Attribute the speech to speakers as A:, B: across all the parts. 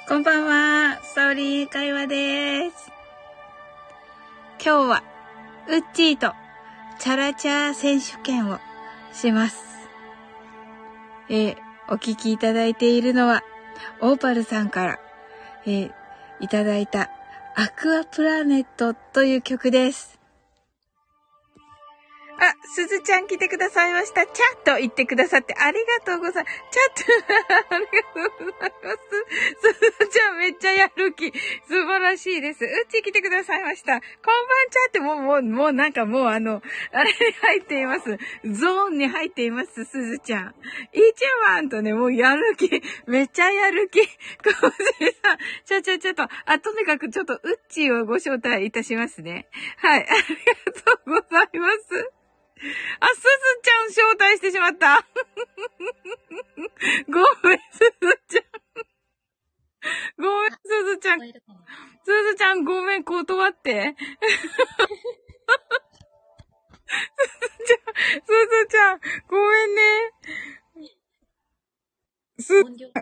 A: こんばんは、サオリン会話です。今日は、ウッチーとチャラチャ選手権をします。お聞きいただいているのは、オーパルさんから、いただいたアクアプラネットという曲です。あ、すずちゃん来てくださいました。チャッと言ってくださってありがとうございます。チャッとありがとうございます。すずちゃんめっちゃやる気。素晴らしいです。うち来てくださいました。こんばんちゃってもうなんかもうあれに入っています。ゾーンに入っています、すずちゃん。一番とね、もうやる気。めっちゃやる気。コウジさん。ちょっと、とにかくちょっとうっちーをご招待いたしますね。はい、ありがとうございます。すずちゃん招待してしまった。ごめん、すずちゃん。ごめん、すずちゃん。すずちゃん、ごめん、断って。すずちゃん、ごめんね。ありがとうって。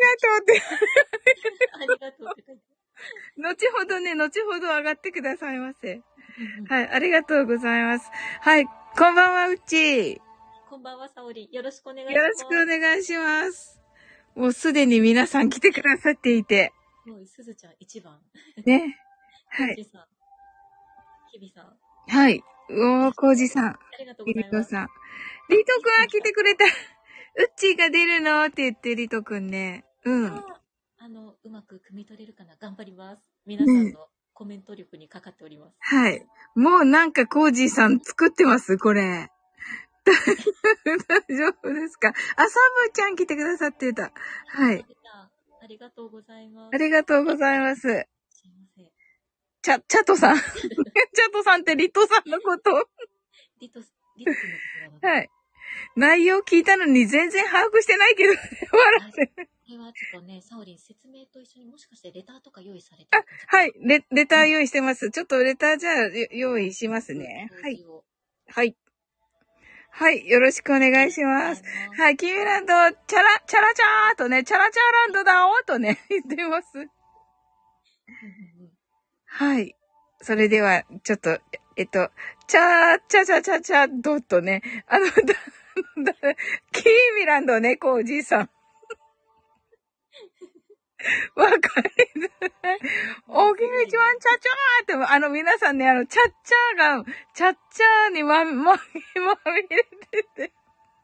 B: ありがとうって書いて
A: 後ほど上がってくださいませ。はい、ありがとうございます。はい、こんばんは、うち。
B: こんばんは、さおり。よろしくお願いします。
A: よろしくお願いします。もうすでに皆さん来てくださっていて。
B: もう、すずちゃん一番。
A: ね。はい。
B: コウジさん。日々さん。
A: はい。コウジさん。
B: ありがとうございます。
A: リトさん。リトくんは来てくれた。うっちーが出るのって言って、リトくんね。うん。
B: うまく汲み取れるかな頑張ります。皆さんのコメント力にかかっております。
A: はい。もうなんかコージーさん作ってますこれ。大丈夫ですか？サブちゃん来てくださってた。はい。
B: ありがとうございます。
A: ありがとうございます。
B: すいません。
A: チャトさん。チャトさんってリトさんのこと。
B: リト君のこと
A: はい。内容聞いたのに全然把握してないけど、笑って。
B: これはちょっとね、サオリン説明と一緒にもしかしてレターとか用意されてる
A: はい。レター用意してます。ちょっとレターじゃあ用意しますね。はい。はい。はい。よろしくお願いします。はい。キーミランド、チャラチャーとね、チャラチャーランドだおとね、言ってます。はい。それでは、ちょっと、チャードとね、キーミランドね、おじいさん。わかりづらい。おきみちわんチャチャーって、皆さんね、チャッチャーが、チャッチャーにまみれてて、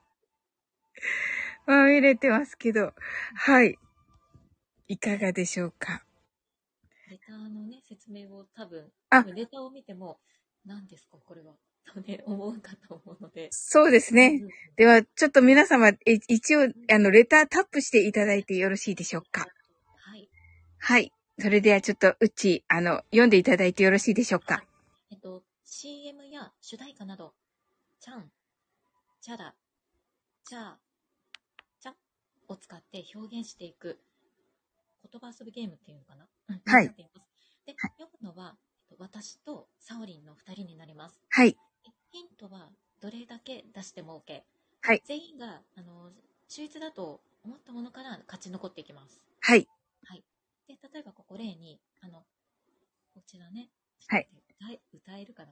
A: まみれてますけど、はい。いかがでしょうか。
B: レターのね、説明を多分レターを見ても、何ですか、これは。とね、思うかと思うので。
A: そうですね。では、ちょっと皆様、一応、レタータップしていただいてよろしいでしょうか。
B: はい。
A: はい。それではちょっと、読んでいただいてよろしいでしょうか。
B: CM や主題歌など、チャン、チャラ、チャー、チャを使って表現していく言葉遊びゲームっていうのかな、
A: はい。
B: で、読むのは、私とサオリンの2人になります。
A: はい。
B: ヒントはどれだけ出しても OK。
A: はい。
B: 全員が、秀逸だと思ったものから勝ち残っていきます。
A: はい。
B: はい。で、例えばここ例に、こちらね。
A: はい。
B: 歌えるかな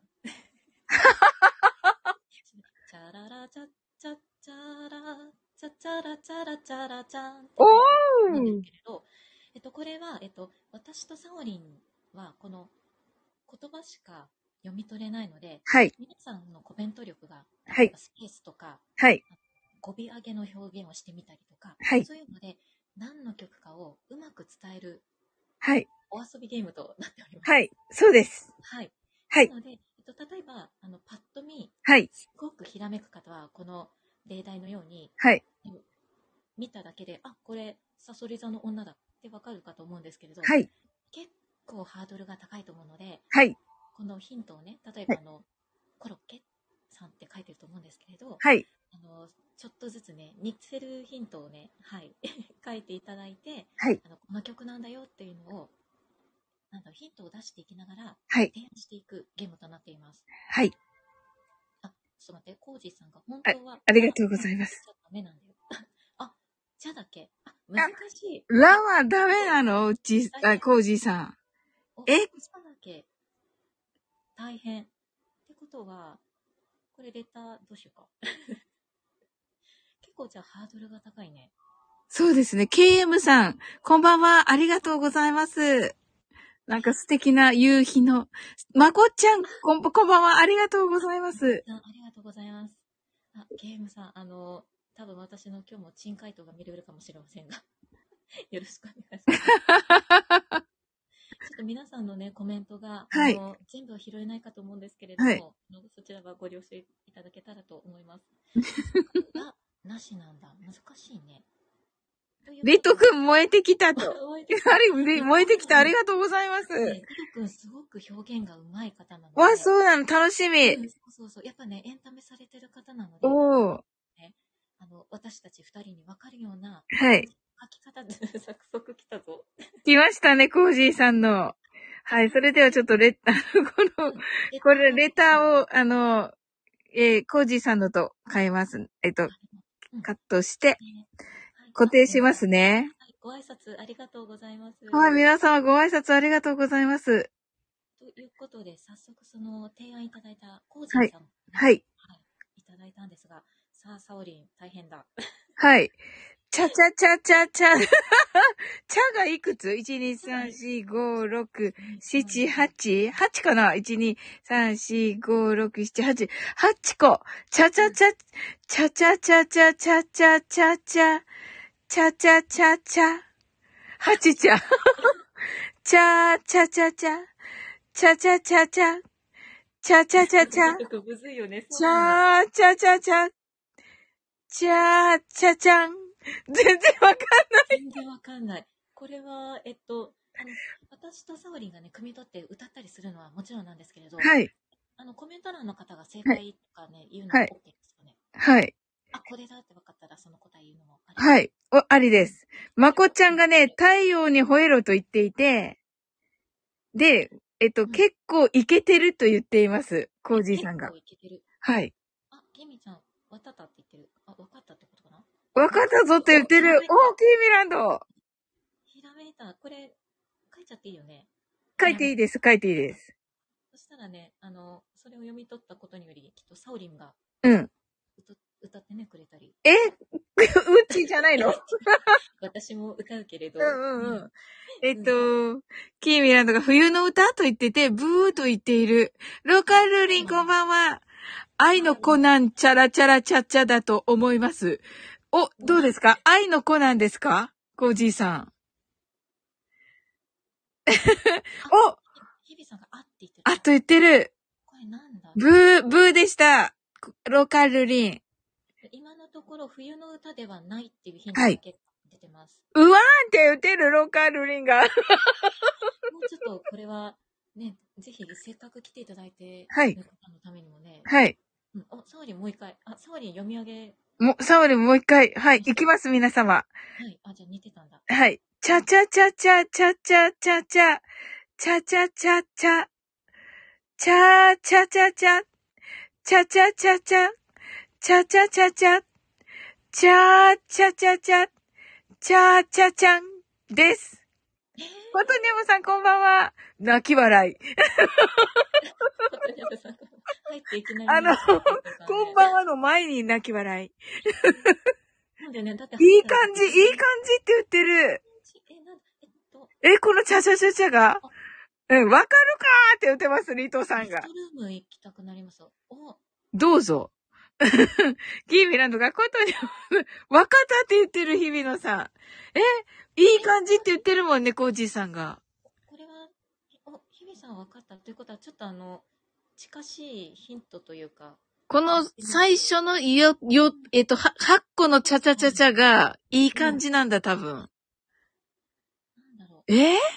B: チャララチャッチャッチャラチャチャラチャラチャラチャンって言うんですけれど、これは、私とサオリンはこの言葉しか読み取れないので、
A: はい。
B: 皆さんのコメント力が、
A: はい。
B: スペースとか、
A: はい。
B: 語尾上げの表現をしてみたりとか、
A: はい。
B: そういうので何の曲かをうまく伝える、
A: はい。
B: お遊びゲームとなっております。
A: はい。そうです。
B: はい。
A: はい。
B: なので、例えば、パッと見、
A: はい。
B: すごくひらめく方は、この例題のように、
A: はい。
B: 見ただけで、これ、さそり座の女だってわかるかと思うんですけれど、
A: はい。
B: 結構ハードルが高いと思うので、
A: はい。
B: このヒントをね、例えばコロッケさんって書いてると思うんですけれど、
A: はい。
B: ちょっとずつね、似せるヒントをね、はい、書いていただいて、
A: はい。
B: この曲なんだよっていうのを、ヒントを出していきながら、
A: はい。
B: 提案していくゲームとなっています。
A: はい。
B: ちょっと待って、コージーさんが本当は、
A: ありがとうございます。
B: ちょっとダメなんだよ。じゃだけ。 難しい。
A: ラはダメなの？コージーさん。
B: そうだっけ？大変。ってことは、これレターどうしようか。結構じゃあハードルが高いね。
A: そうですね。KM さん、こんばんは。ありがとうございます。なんか素敵な夕日の。まこっちゃん、こんばんは。ありがとうございます。
B: ありがとうございます。KM さん、多分私の今日も珍回答が見れるかもしれませんが、よろしくお願いします。ちょっと皆さんのね、コメントが、
A: はい、
B: 全部は拾えないかと思うんですけれども、
A: はい、
B: そちらはご了承いただけたらと思います。が、なしなんだ。難しいね。
A: リトくん燃えてきたと。
B: 燃え
A: てきた。ありがとうございます。
B: リトくんすごく表現が上手い方なので。
A: わ、そうなの。楽しみ。
B: そう。やっぱね、エンタメされてる方なので、
A: おー。
B: ね、私たち二人に分かるような、
A: はい。
B: 書き方で早速来たぞ。
A: 来ましたね、コージーさんの。はい、それではちょっとこれレターを、コージーさんのと変えます。カットして、固定しますね。
B: はい、ご挨拶ありがとうございます。
A: はい、皆様ご挨拶ありがとうございます。
B: ということで、早速その提案いただいたコージーさんも、
A: はい。
B: いただいたんですが、さあ、サオリン、大変だ。
A: はい。チャ。チャがいくつ？ 1、2、3、4、5、6、7、8？ 8かな？ 1、2、3、4、5、6、7、8。8個。チャ。チャ。チャ。チャ。チャ。チャ。チャ。チャ。チャ。チャ。チャ。チャ。チャ。チャ。チャ。8チャ。チャ。チャ。チャ。チャ。チャ。チャ。チャ。チャ。チャ。チャ。チャ。チャ。
B: むずいよね。
A: チャ。チャ。チャ。チャ。チャ。チャ。チャン。全然わかんない。
B: 全然わかんない。これは、私とサオリンがね、汲み取って歌ったりするのはもちろんなんですけれど、
A: はい。
B: コメント欄の方が正解とかね、言うのも OK ですよね。
A: はい。
B: これだって分かったらその答え言うのもあり。
A: はい。ありです。まこちゃんがね、太陽に吠えろと言っていて、で、結構イケてると言っています。コージーさんが。
B: 結構イケてる。
A: はい。
B: ケミちゃん、わたたって言ってる。分かったってことかな？
A: わかったぞって言ってる。キーミランド。
B: ひらめいた。これ、書いちゃっていいよね。
A: 書いていいです。
B: そしたらね、それを読み取ったことにより、きっとサオリンが、歌ってね、くれたり。
A: うちじゃないの？
B: 私も歌うけれど。
A: キーミランドが冬の歌と言ってて、ブーと言っている。ローカルリンこんばんは。愛のコナンチャラチャラチャッチャだと思います。どうですか？愛のコナンですか？コージーさん。
B: 日比さんがあって言ってる。
A: あと言ってる。
B: これなんだ？
A: ブーでした。ローカルリン。
B: 今のところ冬の歌ではないっていうヒントだけ出てます。
A: うわーんって言ってるローカルリンが。
B: もうちょっとこれはね、ぜひせっかく来ていただいて、
A: はい。
B: のためにもね。
A: はい。
B: サオリンもう一回。サオリン読み上げ。
A: サオリンもう一回。はい。行きます、皆様。
B: はい。じゃあ似てたんだ。
A: はい。チャチャチャチャチャチャチャチャ。チャチャチャチャ。チャチャチャチャ。チャチャチャチャ。チャチャチャチャ。チャチャチャチャ。チャチャチャンです。ことにゃむさんこんばんは。泣き笑い。
B: ことにゃむさん入っていきなり。
A: こんばんはの前に泣き笑い。
B: なんでね、だって
A: いい感じって言ってる。このチャチャチャチャがわかるかーって言ってます、リトさんが。
B: ストルーム行きたくなります。
A: どうぞ。キーミランドがことに、わかったって言ってる日比野さん。いい感じって言ってるもんね、コージーさんが。こ
B: れは、日比さんわかったということは、ちょっと近しいヒントというか。
A: この最初の8個のチャチャチャチャがいい感じなんだ、多分。なん
B: だろう。
A: ヒントなし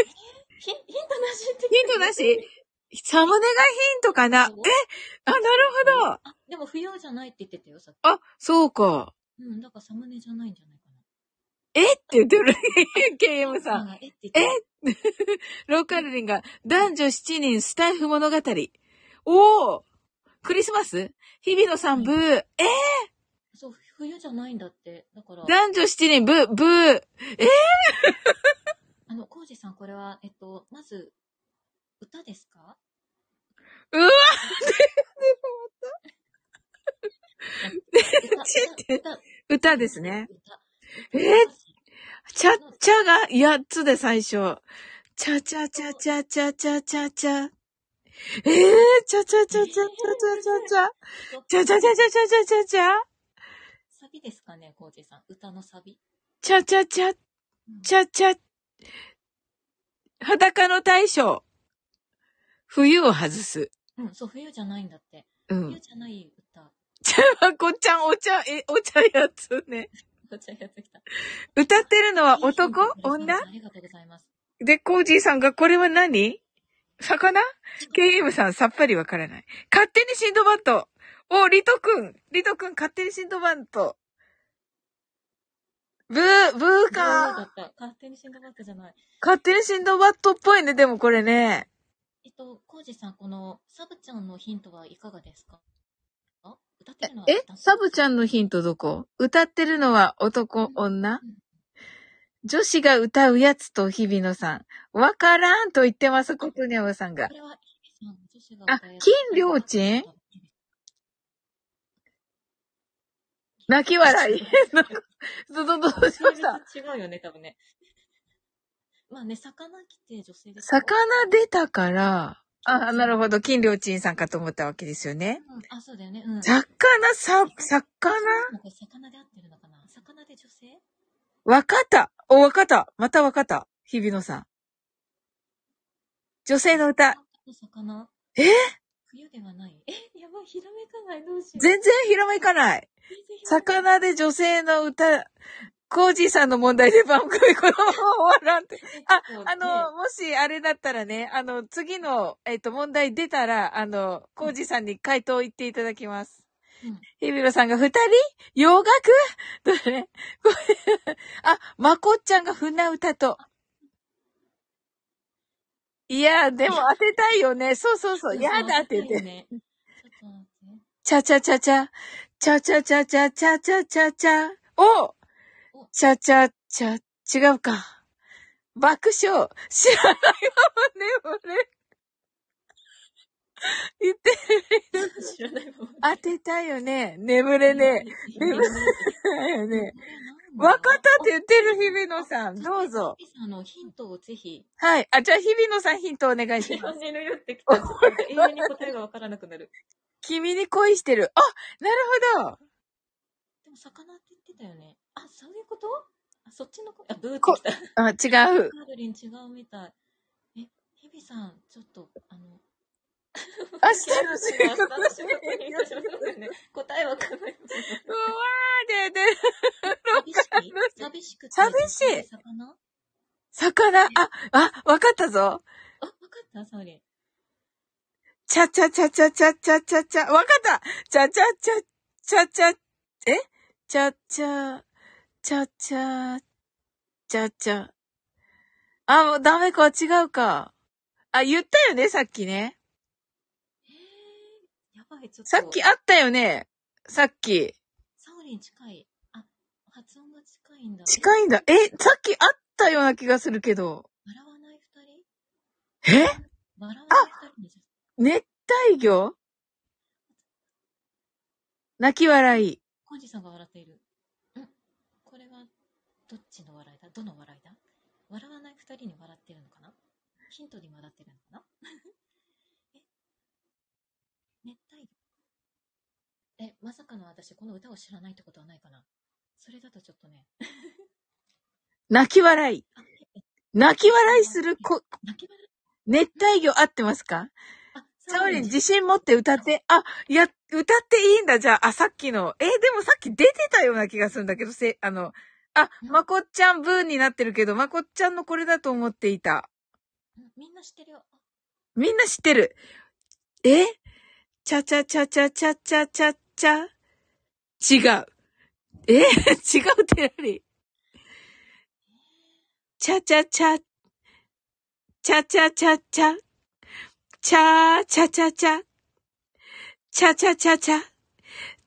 B: って
A: ヒントなしサムネがヒントかな？なるほど。
B: でも不要じゃないって言ってたよ、さっき。
A: そうか。
B: だからサムネじゃないんじゃないかな。
A: って言ってる。KM さん。ローカルリンが男女7人スタイフ物語。クリスマス？日比野さんブー。
B: そう、冬じゃないんだって。だから。
A: 男女7人、ブー。
B: コウジさん、これは、まず、歌ですか？
A: うわ歌ですね。チャッチャが8つで最初。チャチャチャチャチャチャチャチャ。チャチャチャチャチャチャチャチャ。チャチャチャチャチャチャチャチャチャチャ。
B: サビですかね、コウジさん。歌のサビ。
A: チャチャチャチャチャ。裸の大将。冬を外す。
B: うん、そう、冬じゃないんだって。
A: うん。
B: 冬じゃない歌。
A: こっちゃん、お茶やつね。
B: お茶やつ来た。
A: 歌ってるのは男？女？
B: ありがとうございます。
A: で、コージーさんがこれは何？魚？ KM さんさっぱりわからない。勝手にシンドバッド。お、リトくん勝手にシンドバッド。ブーか。
B: だった。勝手にシンドバッドじゃない。
A: 勝手にシンドバッドっぽいね、でもこれね。
B: コウジさん、このサブちゃんのヒントはいかがですか？歌ってるのは
A: サブちゃんのヒントどこ？歌ってるのは男、女？女子が歌うやつと日比野さん。わからんと言ってます、コトニャオさんが。
B: これは日比さん、女子が歌うやつ。
A: 金良鎮？泣き笑い。どうしました？
B: 違うよね、多分ね。まあね、魚来て女性です。
A: 魚出たから、なるほど、金良鎮さんかと思ったわけですよね。
B: そうだよね。うん。
A: 魚
B: 魚で合ってるのかな？魚で女性？
A: わかった。わかった。またわかった。日比野さん。女性の歌。
B: 魚？冬ではない？やばい、ひらめかない。どうしよう。
A: 全然ひらめかない。魚で女性の歌。コージーさんの問題で番組このまま終わらんって。もしあれだったらね、次の、問題出たら、コージーさんに回答言っていただきます。日比野さんが2人洋楽とね。まこっちゃんが船歌と。いや、でも当てたいよね。そう。やだって言って。ちゃちゃちゃちゃ。ちゃちゃちゃちゃちゃちゃちゃちゃ。お！ちゃちゃちゃ、違うか。爆笑。知らないわね、俺。言ってる。知らないわ。当てたいよね。眠れねえ。眠れないよね。わかったって言ってる日比野さん。どうぞ。
B: ヒントをぜひ。
A: はい。じゃあ日比野さんヒントお願いします。
B: 永遠に答えがわからなくなる。
A: 君に恋してる。なるほど。
B: でも魚って言ってたよね。そういうこと？そっちの声。ブーってき
A: た。違う。
B: カールリン違うみたい。日比さん、ちょっと、
A: してる。
B: 答えわかんない。
A: 寂しい。魚わかったぞ。
B: わかったサウリン。
A: ちゃちゃちゃちゃちゃちゃちゃちゃ。わかったちゃちゃちゃちゃちゃ。ちゃちゃちゃちゃちゃちゃ。もうダメか、違うか。言ったよね、さっきね。
B: やばい、ちょっと。
A: さっきあったよね。さっき。
B: サウリン近い。発音が近いんだ。
A: 近いんだ。さっきあったような気がするけど。
B: 笑わない二人？笑わない二人？
A: 熱帯魚？泣き笑い。
B: コンジさんが笑っている。これは、どっちの笑いだ？どの笑いだ？笑わない二人に笑ってるのかな？ヒントに笑ってるのかな？熱帯魚？まさかの私、この歌を知らないってことはないかな？それだとちょっとね。
A: 泣き笑い。泣き笑いする熱帯魚合ってますか？サウリン自信持って歌って。歌っていいんだ。じゃあ、さっきの。でもさっき出てたような気がするんだけど、まこっちゃんブーになってるけど、まこっちゃんのこれだと思っていた。
B: みんな知ってるよ。
A: みんな知ってる。ちゃちゃちゃちゃちゃちゃちゃちゃ。違う。違うって何？ちゃちゃちゃ。ちゃちゃちゃちゃ。ちゃちゃちゃちゃ。ちゃちゃちゃちゃ。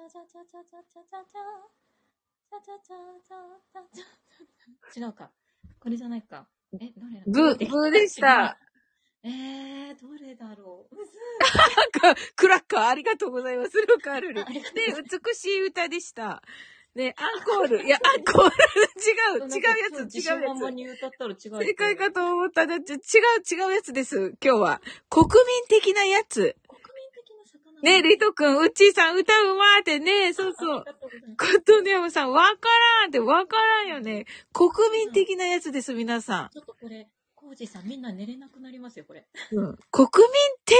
B: 違うか。これじゃないか。どれだ
A: ブーでした。
B: どれだろう。
A: クラッカー、ありがとうございます。ルカルリ。ね、美しい歌でした。ね、アンコール。いや、アンコール。違うやつ。正解かと思った。だって違うやつです。今日は。国民的なやつ。ね、リト君、ウッチーさん歌うまーってね、そうそう。コットンデアムさん、わからんってわからんよね。国民的なやつです、皆さん。
B: ちょっとこれ、コウジさん、みんな寝れなくなりますよ、これ。
A: うん。国民的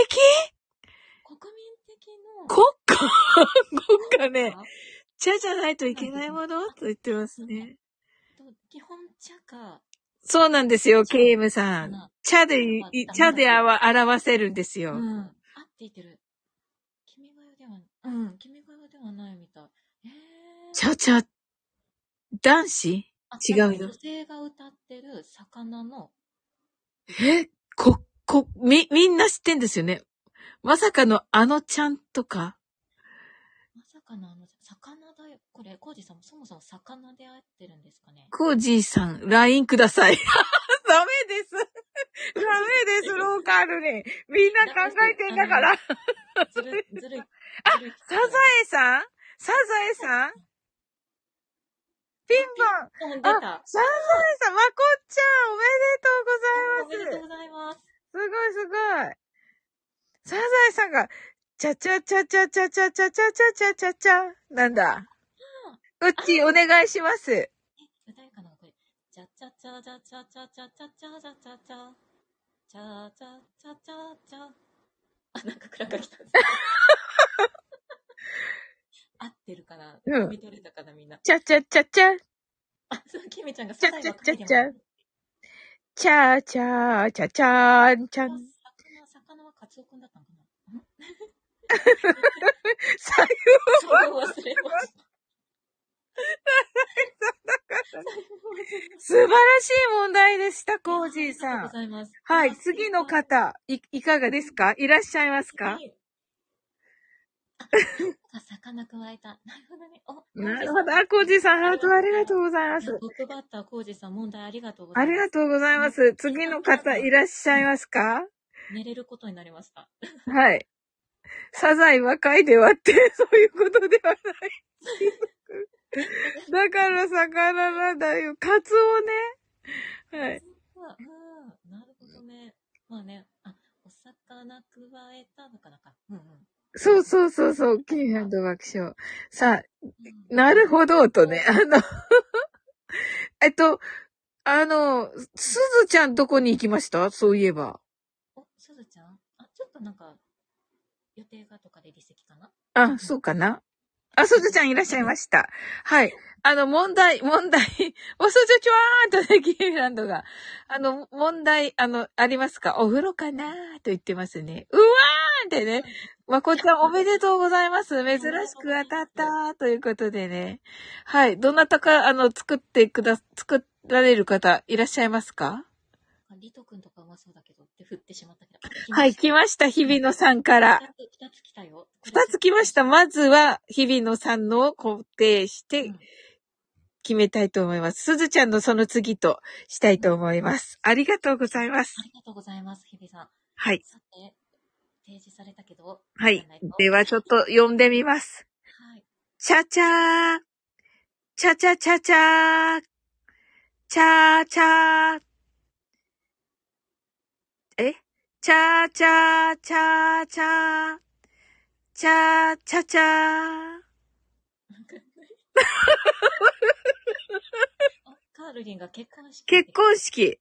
B: の。
A: 国家ね。茶じゃないといけないものと言ってますね。
B: 基本茶か。
A: そうなんですよ、KM さん。茶で表せるんですよ。
B: うん。あって言ってる。君が代ではないみたい。
A: 茶、男子違うよ。
B: 女性が歌ってる魚の。
A: みんな知ってんですよね。まさかのあのちゃんとか。
B: まさかの魚だよ。これ、コージさんもそもそも魚で合ってるんですかね。
A: コージーさん、LINE ください。ダメです。ローカルに。みんな考えてんだから。
B: ずるい。
A: あ、サザエさんピンポン。
B: 出た。
A: サザエさん、まこっちゃん、おめでとうございます。
B: おめでとうございます。
A: すごい。サザエさんが、チャチャチャチャチャチャチャチャチャチャチャチャなんだ。うっち、お願いします。
B: 歌えかなこれ。チャチャチャチャチャチャチャチャチャチャチャチャチャチャチャチャチャ。あ、なんかクラッカー来た。合ってるかな見とれたかなみんな。
A: チャチャチャチャ。
B: あ、そう、キミちゃんが
A: チャチャチャチャ。チャチャチャチャンチャン。
B: 魚はカツオくんだったのかな
A: 最後
B: 忘れました。
A: 素晴らしい問題でした、コージーさん。
B: ありがとうございます。
A: はい、次の方、いかがですか？いらっしゃいますか？
B: 魚くわえた。なるほどね。
A: なるほど。コージーさん、ハートありがとうございます。
B: トップバッター、コージーさん、問題ありがとうございます。
A: ありがとうございます。次の方、いらっしゃいますか？
B: 寝れることになりました。
A: はい。サザエは貝で割って、そういうことではない。だから魚なんだよ。カツオね。はい。
B: なるほどね。まあね、お魚くわえたのかなか。
A: そう。キーハンド爆笑。さあ、なるほど、とね。すずちゃんどこに行きました？そういえば。
B: すずちゃん？ちょっとなんか、予定がとかで離席かな？
A: そうかな？すずちゃんいらっしゃいました。はい。問題、おすずちゃーんとね、キーランドが。問題、ありますか？お風呂かなーと言ってますね。うわーってね。まこちゃんおめでとうございます。珍しく当たったーということでね。はい。どなたか、作られる方いらっしゃいますか？
B: リト君とかうまそうだけどって振ってしまったけど。
A: はい、来ました、日比野さんから。
B: 2つ来たよ。
A: 2つ来ました。まずは、日比野さんのを固定して、決めたいと思います。すずちゃんのその次としたいと思います。ありがとうございます。
B: ありがとうございます、日比さん。
A: はい。
B: さて、提示されたけど。
A: はい。ではちょっと読んでみます。はい。チャチャー。チャチャチャチャー。チャーチャー。チャーチャーチャーチャー。チャーチャチャー。
B: カールリンが結婚式。
A: 結婚式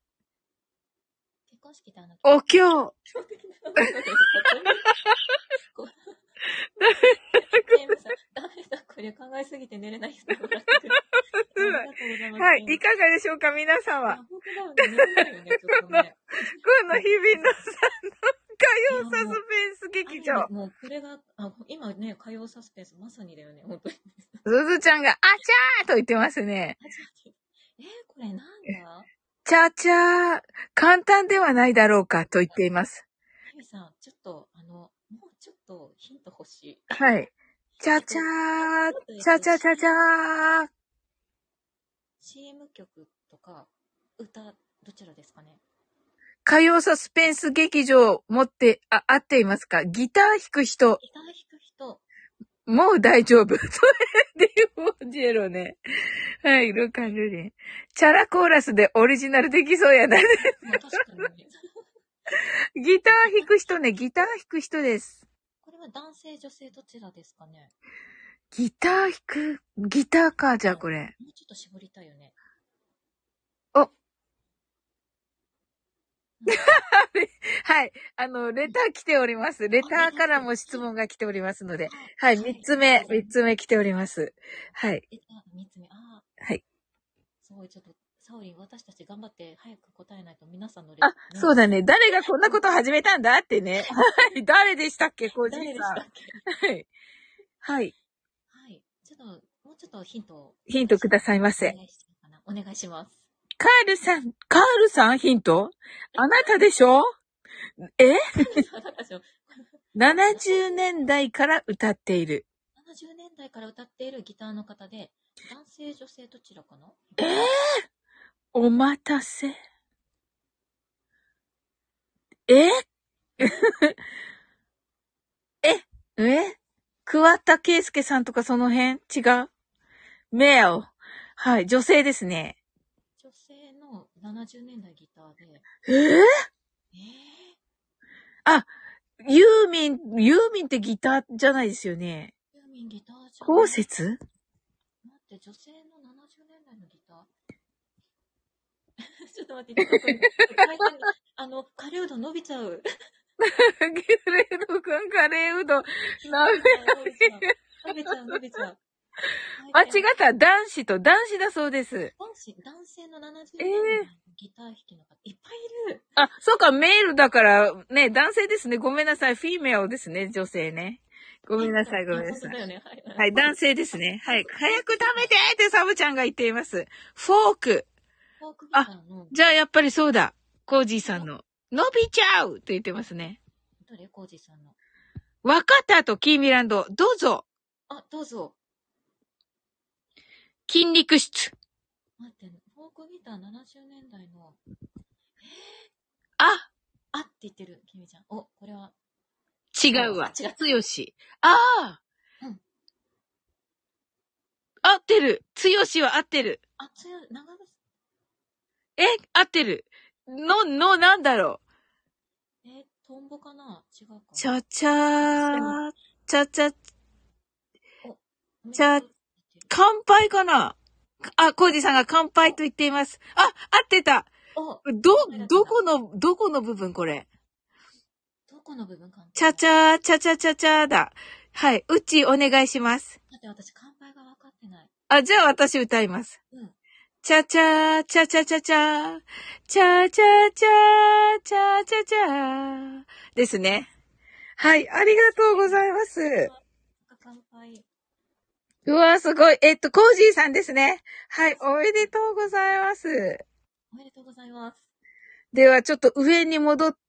B: って
A: お経。ダメだ、こ
B: これ考えすぎて寝れない人が笑ってる。ありがとうございます。
A: はい。いかがでしょうか、皆様。
B: 本当だよね。寝れないよね、ちょっとね。
A: この日々のさんの火曜サスペンス劇場。
B: もうこれが、今ね、火曜サスペンスまさにだよね、本当に。
A: すずちゃんが、あちゃーと言ってますね。
B: これなんだ？
A: ちゃちゃー、簡単ではないだろうかと言っています。
B: ひみさん、ちょっと、もうちょっとヒント欲しい。
A: はい。ちゃちゃー、ちゃちゃちゃちゃー。
B: CM 曲とか、歌、どちらですかね？
A: 火曜サスペンス劇場持って、合っていますか？ギター弾く人。
B: ギター弾く人。
A: もう大丈夫。それでもジェロね。はい、ルカンルリン。チャラコーラスでオリジナルできそうやな。
B: 確かに。
A: ギター弾く人ね、ギター弾く人です。
B: これは男性、女性どちらですかね？
A: ギター弾く、ギターか、じゃあこれ。
B: もうちょっと絞りたいよね。
A: おはい。レター来ております。レターからも質問が来ておりますので。はい。3つ目来ております。はい。
B: レター3つ目。
A: はい。
B: すごい、ちょっと、サオリン、私たち頑張って早く答えないと皆さんの
A: レター。そうだね。誰がこんなこと始めたんだってね。はい。誰でしたっけ、コージーさん。
B: 誰でしたっけ？
A: はい。はい。
B: はい。もうちょっとヒント
A: くださいませ。
B: お願いします。
A: カールさんヒント？あなたでしょ？70年代から歌っている。
B: 70年代から歌っているギターの方で、男性、女性どちらかな？
A: お待たせ。桑田佳祐さんとかその辺？違う？メル。はい、女性ですね。
B: 女性の70年代ギターで。
A: ユーミンってギターじゃないですよね。
B: ユーミンギターじゃん。
A: 後節？
B: 待って、女性の70年代のギターちょっと待って、カレーうどん伸びちゃう。
A: カレーうどん、カレーうどん、
B: 伸びちゃう。
A: 間違った。男子だそうです。
B: 男性の70年代のギター弾きの方、いっぱいいる。
A: そうか、メールだから、ね、男性ですね。ごめんなさい。フィーメアですね。女性ね。ごめんなさい。はい、男性ですね。はい。早く食べてってサブちゃんが言っています。フォーク。じゃあやっぱりそうだ。コージーさんの。伸びちゃうって言ってますね。
B: どれ？コージーさんの。
A: わかったと、キーミランド。どうぞ。
B: どうぞ。
A: 筋肉質。
B: 待って、フォークギター70年代の。って言ってる、キミちゃん。これは。
A: 違うわ。つよし。合ってる。つよしは合ってる。
B: 長渕。
A: 合ってる。なんだろ
B: う。トンボかな？違うか。
A: ちゃちゃー。乾杯かな？コージさんが乾杯と言っています。合ってた。どこの部分これ？
B: どこの部分か。
A: ちゃちゃーだ。はい。うちお願いします。
B: 待って、私乾杯が分かってない。
A: じゃあ私歌います。ちゃちゃー、ちゃちゃちゃちゃー、ちゃちゃちゃー、ちゃちゃちゃー。ですね。はい。ありがとうございます。
B: 乾杯。
A: うわーすごい。コージーさんですね。はい。おめでとうございます。
B: おめでとうございます。
A: では、ちょっと上に戻って、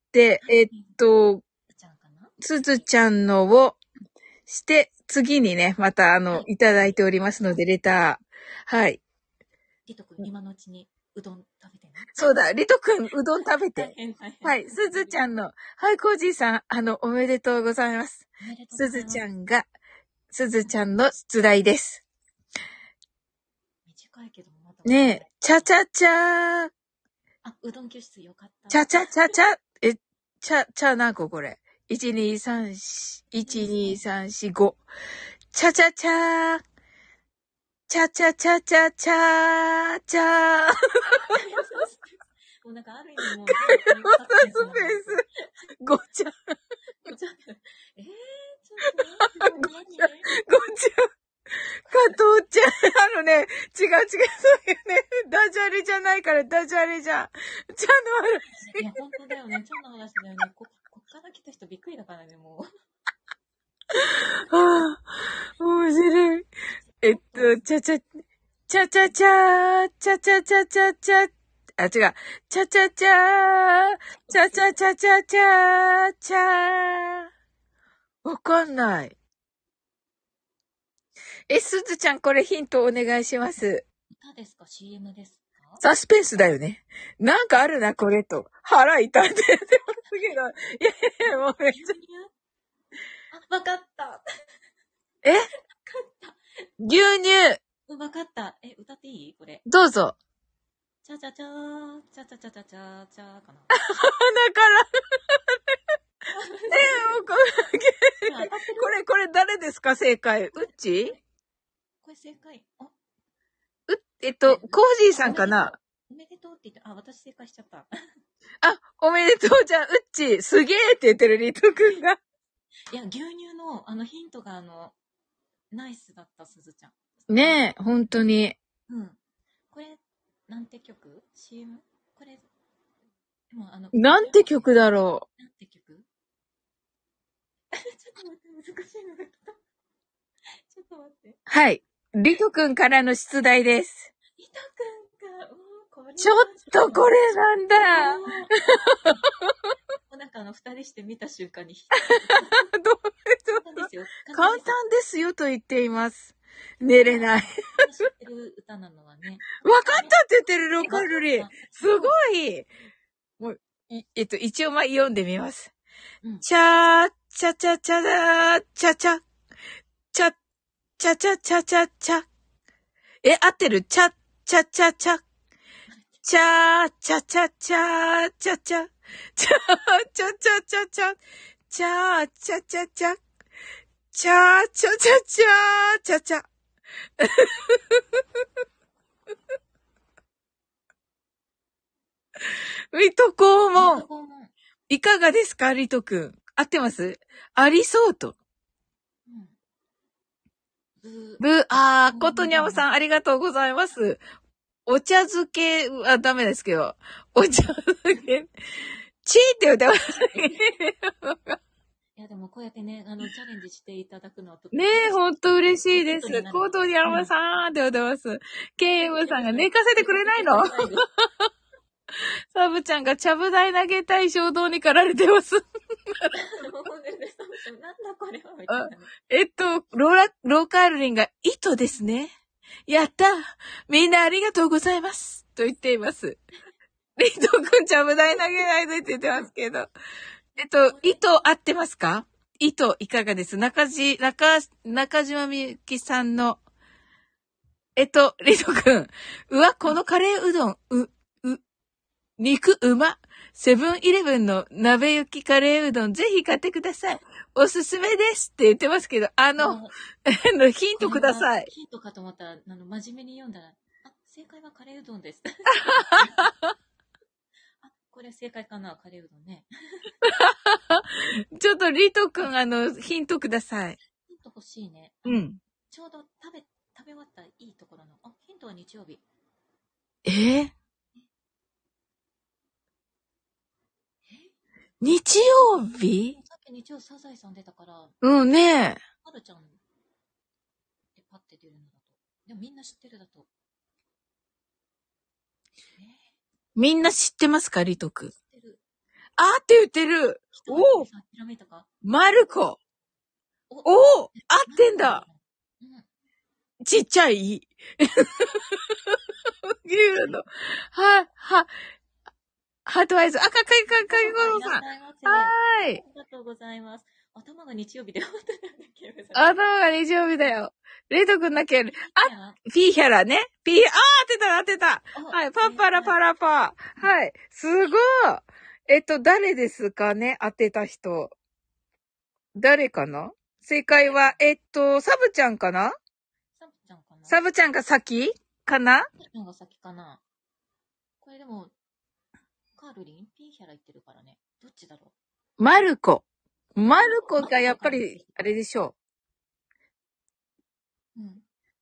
A: すずちゃんのをして、次にね、またいただいておりますので、レター。はい。
B: リトくん、今のうちにうどん食べてね。
A: そうだ、リトくん、うどん食べて。はい、すずちゃんの、はい、コージーさん、おめでとうございます。すずちゃんの出題です。
B: 短いけどまた。
A: ねえ、ちゃちゃちゃー。
B: うどん教室よかった。
A: ちゃちゃちゃちゃ、ちゃ何個これ。1、2、3、4、5。ちゃちゃちゃー。ちゃちゃちゃちゃちゃーちゃー。
B: もうなんかある意味もう。
A: サスペンス。ごちゃ。
B: ちょっと待って。
A: ごちゃ。 がとうちゃん。違う、そういうね。ダジャレじゃないから、ダジャレじゃん。ちゃんの話。
B: いや、本当だよね。ちゃんの話だよね。こっから来た人びっくりだからね、もう。
A: はあ、面白い。ちゃちゃ、ちゃちゃちゃ、ちゃちゃちゃちゃちゃ、あ、違う。ちゃちゃちゃ、ちゃちゃちゃちゃちゃ、ちゃ。わかんない。すずちゃんこれヒントお願いします。
B: 歌ですか ?CM ですか？
A: サスペンスだよね。なんかあるな、これと。腹痛って言ってますけど。いやいや、もうめっち
B: あ、わかった。
A: ゃ。
B: わかった。
A: 牛乳。
B: わかった。歌っていいこれ。
A: どうぞ。
B: チャチャチャー、チャチャチャチャチャチャーかな。
A: だからこれ誰ですか正解。うっち
B: これ正解。
A: コージーさんかな。
B: おめでとうって言って、私正解しちゃった。
A: おめでとうじゃん、うっち。すげーって言ってるリトくんが。
B: いや、牛乳のヒントがナイスだった、すずちゃん。
A: ねえ、本当に。
B: うん。これ、なんて曲 ?CM? これ、でも
A: なんて曲だろ
B: う。なんて曲ちょっと待って、難しいのが来た。ちょっと待って。
A: はい。リトくんからの出題です。
B: リトくんか。これ。
A: ちょっとこれなんだ。
B: なんか二人して見た瞬間に。
A: 簡単ですよと言っています。寝れない。
B: 知ってる歌なのはね。
A: わかったって言ってるロカルリー。すごい。もう、一応読んでみます。チャー、チャチャチャー、チャチャ、チャ、チャチャチャチャチャ。合ってる？チャ、チャチャチャ。チャー、チャチャチャー、チャチャ。チャー、チャチャチャチャ。チャー、チャチャチャ。チャー、チャチャチャー、チャチャ。リト肛門。いかがですかリトくん。合ってます？ありそうと。ことにゃむさんありがとうございます。お茶漬けはダメですけど。お茶漬け。チーって言ってます。
B: いや、でもこうやってね、チャレンジしていただくのはとって
A: もねえ、ほんと嬉しいです。コートニャムさんって言ってます。ケイムさんが寝かせてくれないのサブちゃんがちゃぶ台投げたい衝動に駆られてます。なん
B: だこれはみ
A: たいな、ローカールリンが糸ですね。やったみんなありがとうございますと言っています。リトくんちゃぶ台投げないでって言ってますけど。糸合ってますか？糸いかがです？中島みゆきさんの、リトくん。このカレーうどん、肉うま。セブンイレブンの鍋焼きカレーうどんぜひ買ってください。おすすめですって言ってますけど、ヒントください。
B: ヒントかと思ったら、真面目に読んだら、正解はカレーうどんです。これ正解かなカレーうどんね。
A: ちょっとリトくん、ヒントください。
B: ヒント欲しいね。
A: うん。
B: ちょうど食べ終わったいいところの。ヒントは日曜日。
A: 日曜日？
B: さっき日曜サザエさん出たから。
A: うんねえ。
B: はるちゃんってパッて出るのだと。でもみんな知ってるだと。
A: みんな知ってますかリトくん。
B: 知ってる。
A: って言ってる。おお。
B: ひらめいたか？
A: マルコ。おお、合ってんだ。ちっちゃい牛の。ハートアイズ。かいごろさん。はーい。
B: ありがとうございます。頭が日曜日で終わったんだっけ？
A: 頭が日曜日だよ。レイトくんだけ、ピーヒャラね。当てた。はい、パッパラパラパー。はい、すごい。誰ですかね当てた人。誰かな？正解は、サブちゃんかな？サブちゃんが先かな？
B: サブちゃんが先かな。これでも、カールリンピーヒャラ言ってるからね。どっちだろ
A: う？マルコがやっぱり、あれでしょう。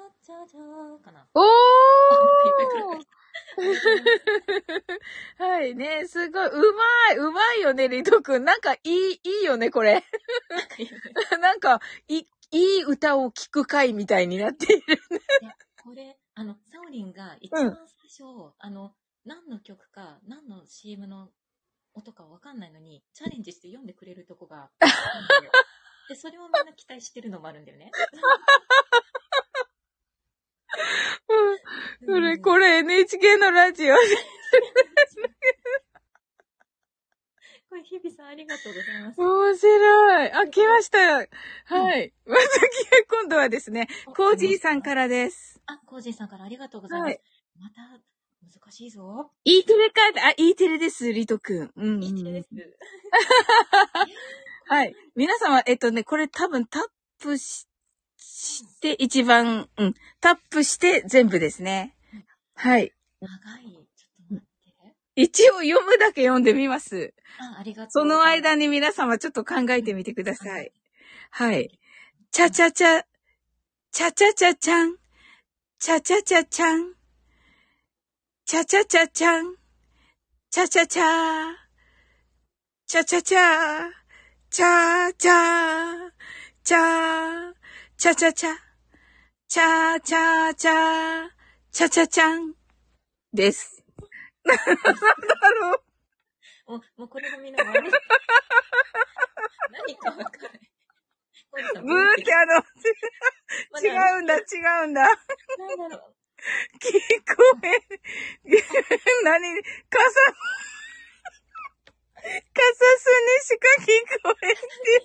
B: チャチャかな。
A: おー
B: ありがとうございます。
A: はいね、すごい、うまいよね、リトくん。なんかいいよね、これ。なんか、いい歌を聴く回みたいになっているね。
B: いや、これ、サオリンが一番最初、何の曲か、何の CM の音かわかんないのに、チャレンジして読んでくれるとこがあるんだよ。で、それをみんな期待してるのもあるんだよね。
A: これ NHK のラジオ。
B: これ、日比さんありがとうございます。
A: 面白い。あ、来ました。はい。また今度はですね、コージーさんからです。
B: あ、コージーさんからありがとうございます。はい、また、難しいぞ。
A: E テレか、E テレです、リトくん。
B: E テレです。
A: はい。皆様、これ多分タップして一番、タップして全部ですね。はい。
B: 長い。ちょっと待って。
A: 一応読むだけ読んでみます。
B: ありがとう。
A: その間に皆様ちょっと考えてみてください。はい。チャチャチャ、チャチャチャチャン、チャチャチャチャン、チャチャチャチャン、チャチャチャー、チャチャチャー、チャチャー、チャー、チャチャチャ、チャチャチャ、チャチャチャンです。なんだろ
B: う。もうこれがみんな悪い。何かわかんない。
A: ブーって違うんだ。なんだろう。聞こえ、何カサスにしか聞こえんって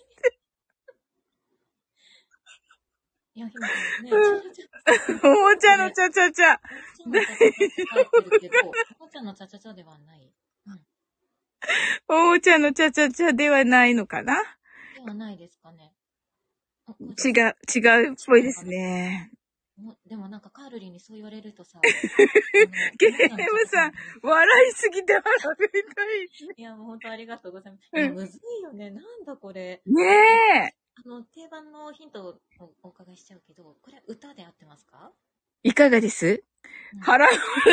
B: 言って。いや、
A: おもちゃのチャチャチャ。
B: おもちゃのチャチャチャではない。
A: おもちゃのチャチャチャではないのかな？
B: ではないですかね。
A: 違うっぽいですね。
B: でもなんかカールリーにそう言われるとさ。
A: ゲームさん、笑いすぎて笑いたい。
B: いや、もう本当ありがとうございます。いや、むずいよね。なんだこれ。
A: ねえ。
B: 定番のヒントをお伺いしちゃうけど、これ歌で合ってますか？
A: いかがです？腹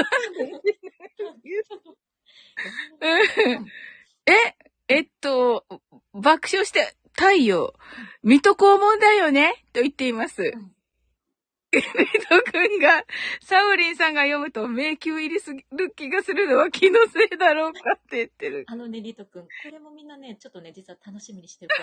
A: 爆笑して、太陽、水戸黄門だよねと言っています。リト君が、サオリンさんが読むと迷宮入りする気がするのは気のせいだろうかって言ってる。
B: リト君、これもみんなね、ちょっとね、実は楽しみにしてる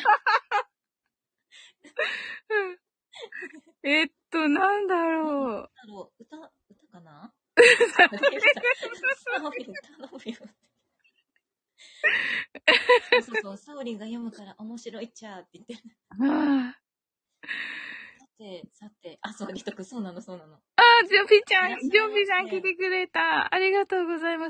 A: なんだろう。
B: 歌かな？頼むよ。そう、サオリンが読むから面白いっちゃーって言ってる。さて、そう、リト君、そうなの。
A: ジョピさん来てくれた。ありがとうございます。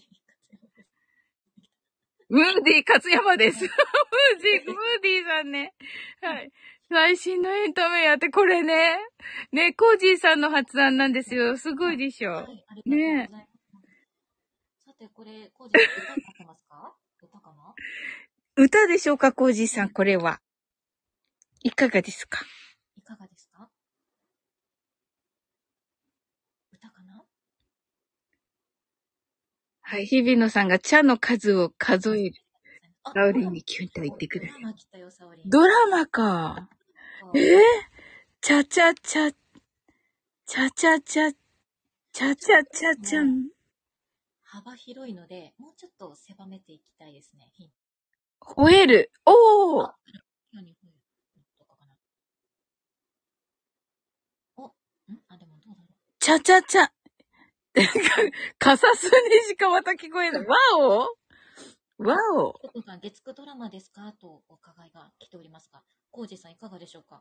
A: ムーディ勝山です。ムーディさんね。はい。最新のエンタメやって、これね。ね、コージーさんの発案なんですよ。すごいでしょ。はい、ありがとうございます。
B: さて、これ、コージーさん、歌ってますか？歌かな？
A: 歌でしょうか、コージーさん、これは。いかがですか？
B: 歌かな？
A: はい、日比野さんが茶の数を数える。サオリンにキュンと言ってください。ドラマか。チャチャチャ、チャチャチャ、チャチャチャチャン。
B: 幅広いので、もうちょっと狭めていきたいですね。
A: 吠える。おー。
B: 何吠えるとかかな。で
A: ちゃちゃちゃ。カサスにしかまた聞こえない。ワオワオ。
B: トコさん、月9ドラマですかとお伺いが来ておりますが、コウジさんいかがでしょうか？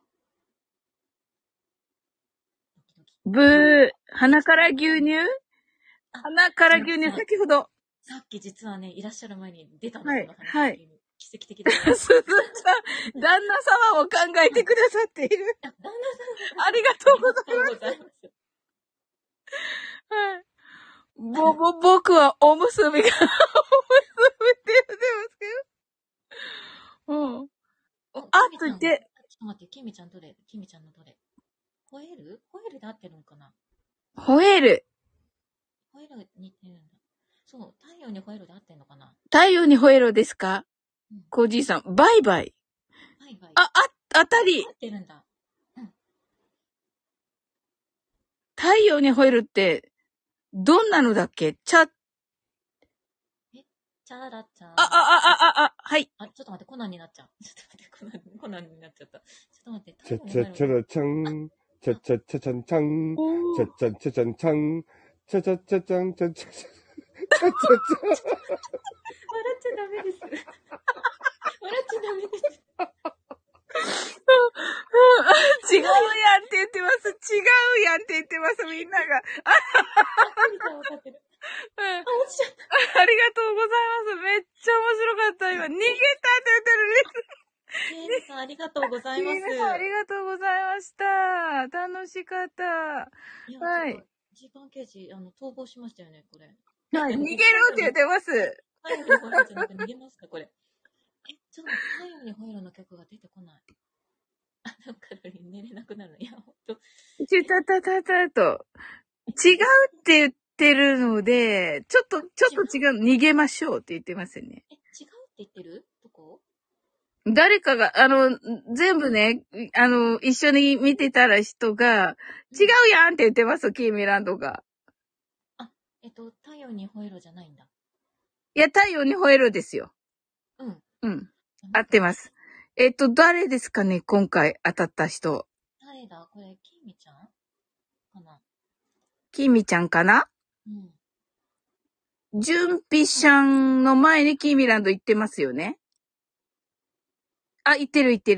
B: ドキドキ。
A: ブー。鼻から牛乳
B: あ、
A: 鼻から牛乳、
B: じゃあ
A: 先ほど。
B: さっき実はね、いらっしゃる前に出たの、
A: はい
B: この話。
A: はい。
B: 奇跡的ですね。
A: すずちゃん、旦那様を考えてくださっている。
B: あ、旦那さん。
A: ありがとうござい
B: ありがとうございます。
A: ます。はい。僕はおむすびが、おむすびって言ってますけど。うん。
B: お、
A: あ
B: キミちゃん、
A: と言って、
B: ちょっと待って、キミちゃんどれ？キミちゃんのどれ？ホエール？ホエールで合ってるのかな？
A: 吠える。
B: ホエール似てるんだ。そう、太陽にホエールで合ってるのかな？
A: 太陽に吠えろですか？
B: うん。
A: コージーさん、バイバイ。
B: バイバイ。
A: 当たり。
B: 合ってるんだ。うん。
A: 太陽に吠えるって、どんなのだっけ？
B: チャラチャー。
A: はい。
B: あ、ちょっと待って、コナンになっちゃう。ちょっと待って、コナンになっちゃった。ちょっと待って、
C: チャチャチャラチャン、チャチャチャチャンチャン、チャチャチャチャンチャン、チャチャチャチャンチャチャチャチャチャチャ。
B: 笑っちゃダメです。笑っちゃダメです。
A: 違うやんって言ってます。違うやんって言ってます、みんなが。
B: キミちゃん分かってる。
A: うん、あ
B: 落ちちゃった。
A: りがとうございます。めっちゃ面白かった。今、逃げたって言ってる
B: ケイミさん、ありがとうございます。
A: ありがとうございました。楽しかった。
B: いや、
A: はい。
B: ジーパン刑事、逃亡しましたよね、これ。
A: はい、逃げろって言ってます。
B: 太陽にホイールじゃなくて逃げました、これ。ちょっと待って、太陽にホイールの曲が出てこない。なんか寝れなくなる。いや、ほんと。
A: と。違うって言ってるので、ちょっと違う。逃げましょうって言ってますよね。
B: 違うって言ってる？どこ？
A: 誰かが、全部ね、一緒に見てたら人が、違うやんって言ってます、キーミランドが。
B: 太陽にホイールじゃないんだ。
A: いや、太陽に吠えろですよ。
B: うん。
A: うん。合ってます。誰ですかね、今回当たった人。
B: 誰だ？これ、キミちゃんかな？
A: キミちゃんかな？
B: うん。
A: 準備シャンの前にキーミランド行ってますよね。あ、行ってる。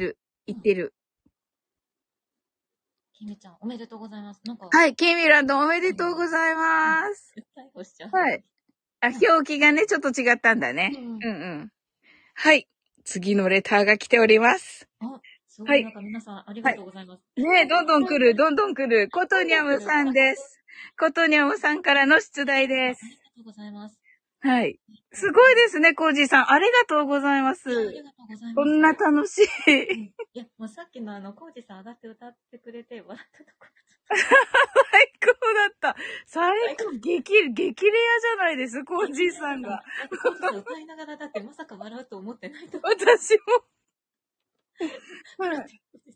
B: キミちゃん、おめでとうございます。なんか。
A: はい、キーミランドおめでとうございます。
B: 逮捕しちゃう。
A: はい。表記がね、ちょっと違ったんだね。うん。はい。次のレターが来ております。
B: すごい、なんか皆さんありがとうございます。
A: ねえ、どんどん来る。コトニャムさんです。コトニャムさんからの出題です。
B: ありがとうございます。
A: はい。すごいですね、コージーさん。ありがとうございます。
B: ありがとうございます。
A: こんな楽しい。
B: いや、もうさっきのコージさん上がって歌ってくれて、笑ったところ。
A: 最高だった。最高、激レアじゃないです、コージーさんが。
B: コージさん歌いながらだってまさか笑うと思ってないと思う。
A: 私も。はい。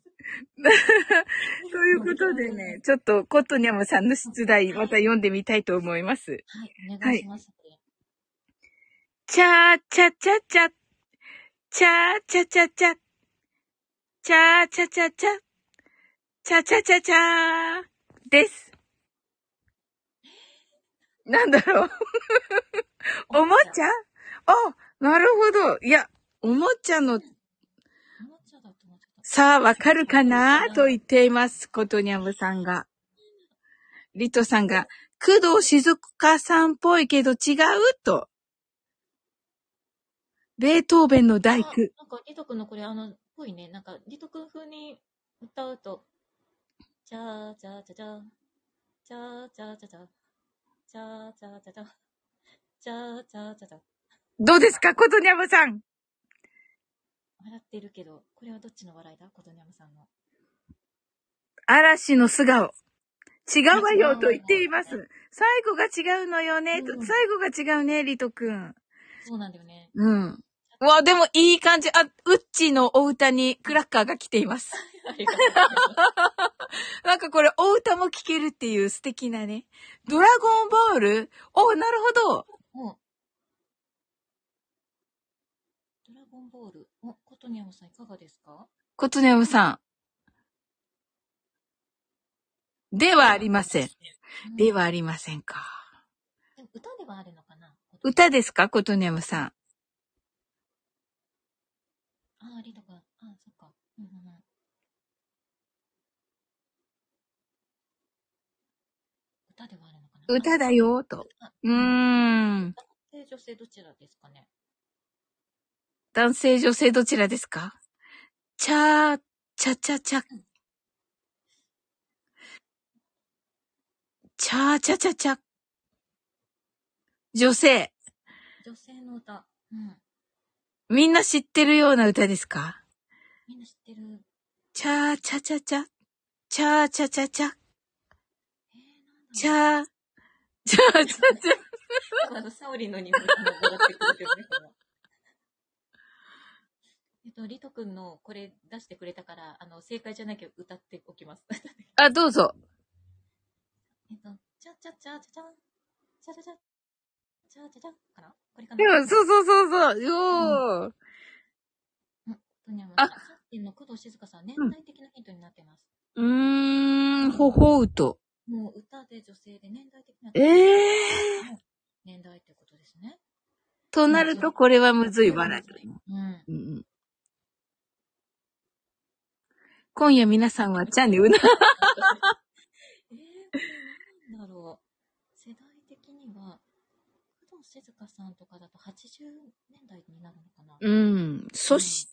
A: ということでね、ちょっとコトニャムさんの出題、また読んでみたいと思います。
B: はい、お願いします。
A: チャーチャチャチャ。チャーチャチャチャ。チャーチャチャチャ。チャチャチャチャーです。なんだろう。おもちゃ？あ、なるほど。いや、おもちゃの、さあ、わかるかなと言っています。コトニャムさんが。リトさんが、工藤静香さんっぽいけど違うと。ベートーベンの大工。
B: なんか、リト君のこれ、ぽいね。なんか、リト君風に歌うと、チャーチャーチャチャ、チャーチャーチャチャ、チャーチャーチャチャ、チャーチャーチャチャ。
A: どうですか、コトニャムさん。
B: 笑ってるけど、これはどっちの笑いだ？コトニャムさんの。
A: 嵐の素顔。違うわよと言っています。最後が違うのよね。最後が違うね、リトくん。
B: そうなんだよね。
A: うん。うわ、でもいい感じ。ウッチのお歌にクラッカーが来ています。なんかこれお歌も聴けるっていう素敵なね。ドラゴンボール？なるほど。
B: ドラゴンボール。コトニャムさんいかがですか？
A: コトニャムさん。 ではありません。
B: うん
A: ではありませんか。
B: でも歌ではあるのかな？
A: 歌ですか、コトニャムさん。
B: あ、リードが、そっか。うんうんうん。歌ではあるのかな？
A: 歌だよ、と。
B: 男性、女性どちらですかね？
A: 男性、女性どちらですか？チャー、チャチャチャ。チャーチャチャチャ。女性。
B: 女性の歌。うん。
A: みんな知ってるような歌ですか？
B: みんな知ってる。
A: チャーチャチャチャ。チャーチャチャチャ。チ
B: なんだろう。
A: ャー、チャーチャチャ。
B: サオリンのにも笑ってくれてるね。リト君のこれ出してくれたから、正解じゃなきゃ歌っておきます。
A: あ、どうぞ。
B: チャチャチャチャチャン、チャチャチャ、チャチャチャかな？これかな？
A: でも、そうそうそうそう。よー。
B: トニャム
A: あ
B: さっきの工藤静香さん、年代的なヒントになってます。
A: ほほうと。
B: もう歌で女性で年代的な。年代ってことですね。
A: となると、これはむずいわらと。今夜皆さんはチャンにうな。
B: これなんだろう。世代的には、工藤静香さんとかだと80年代になるのかな。
A: そして、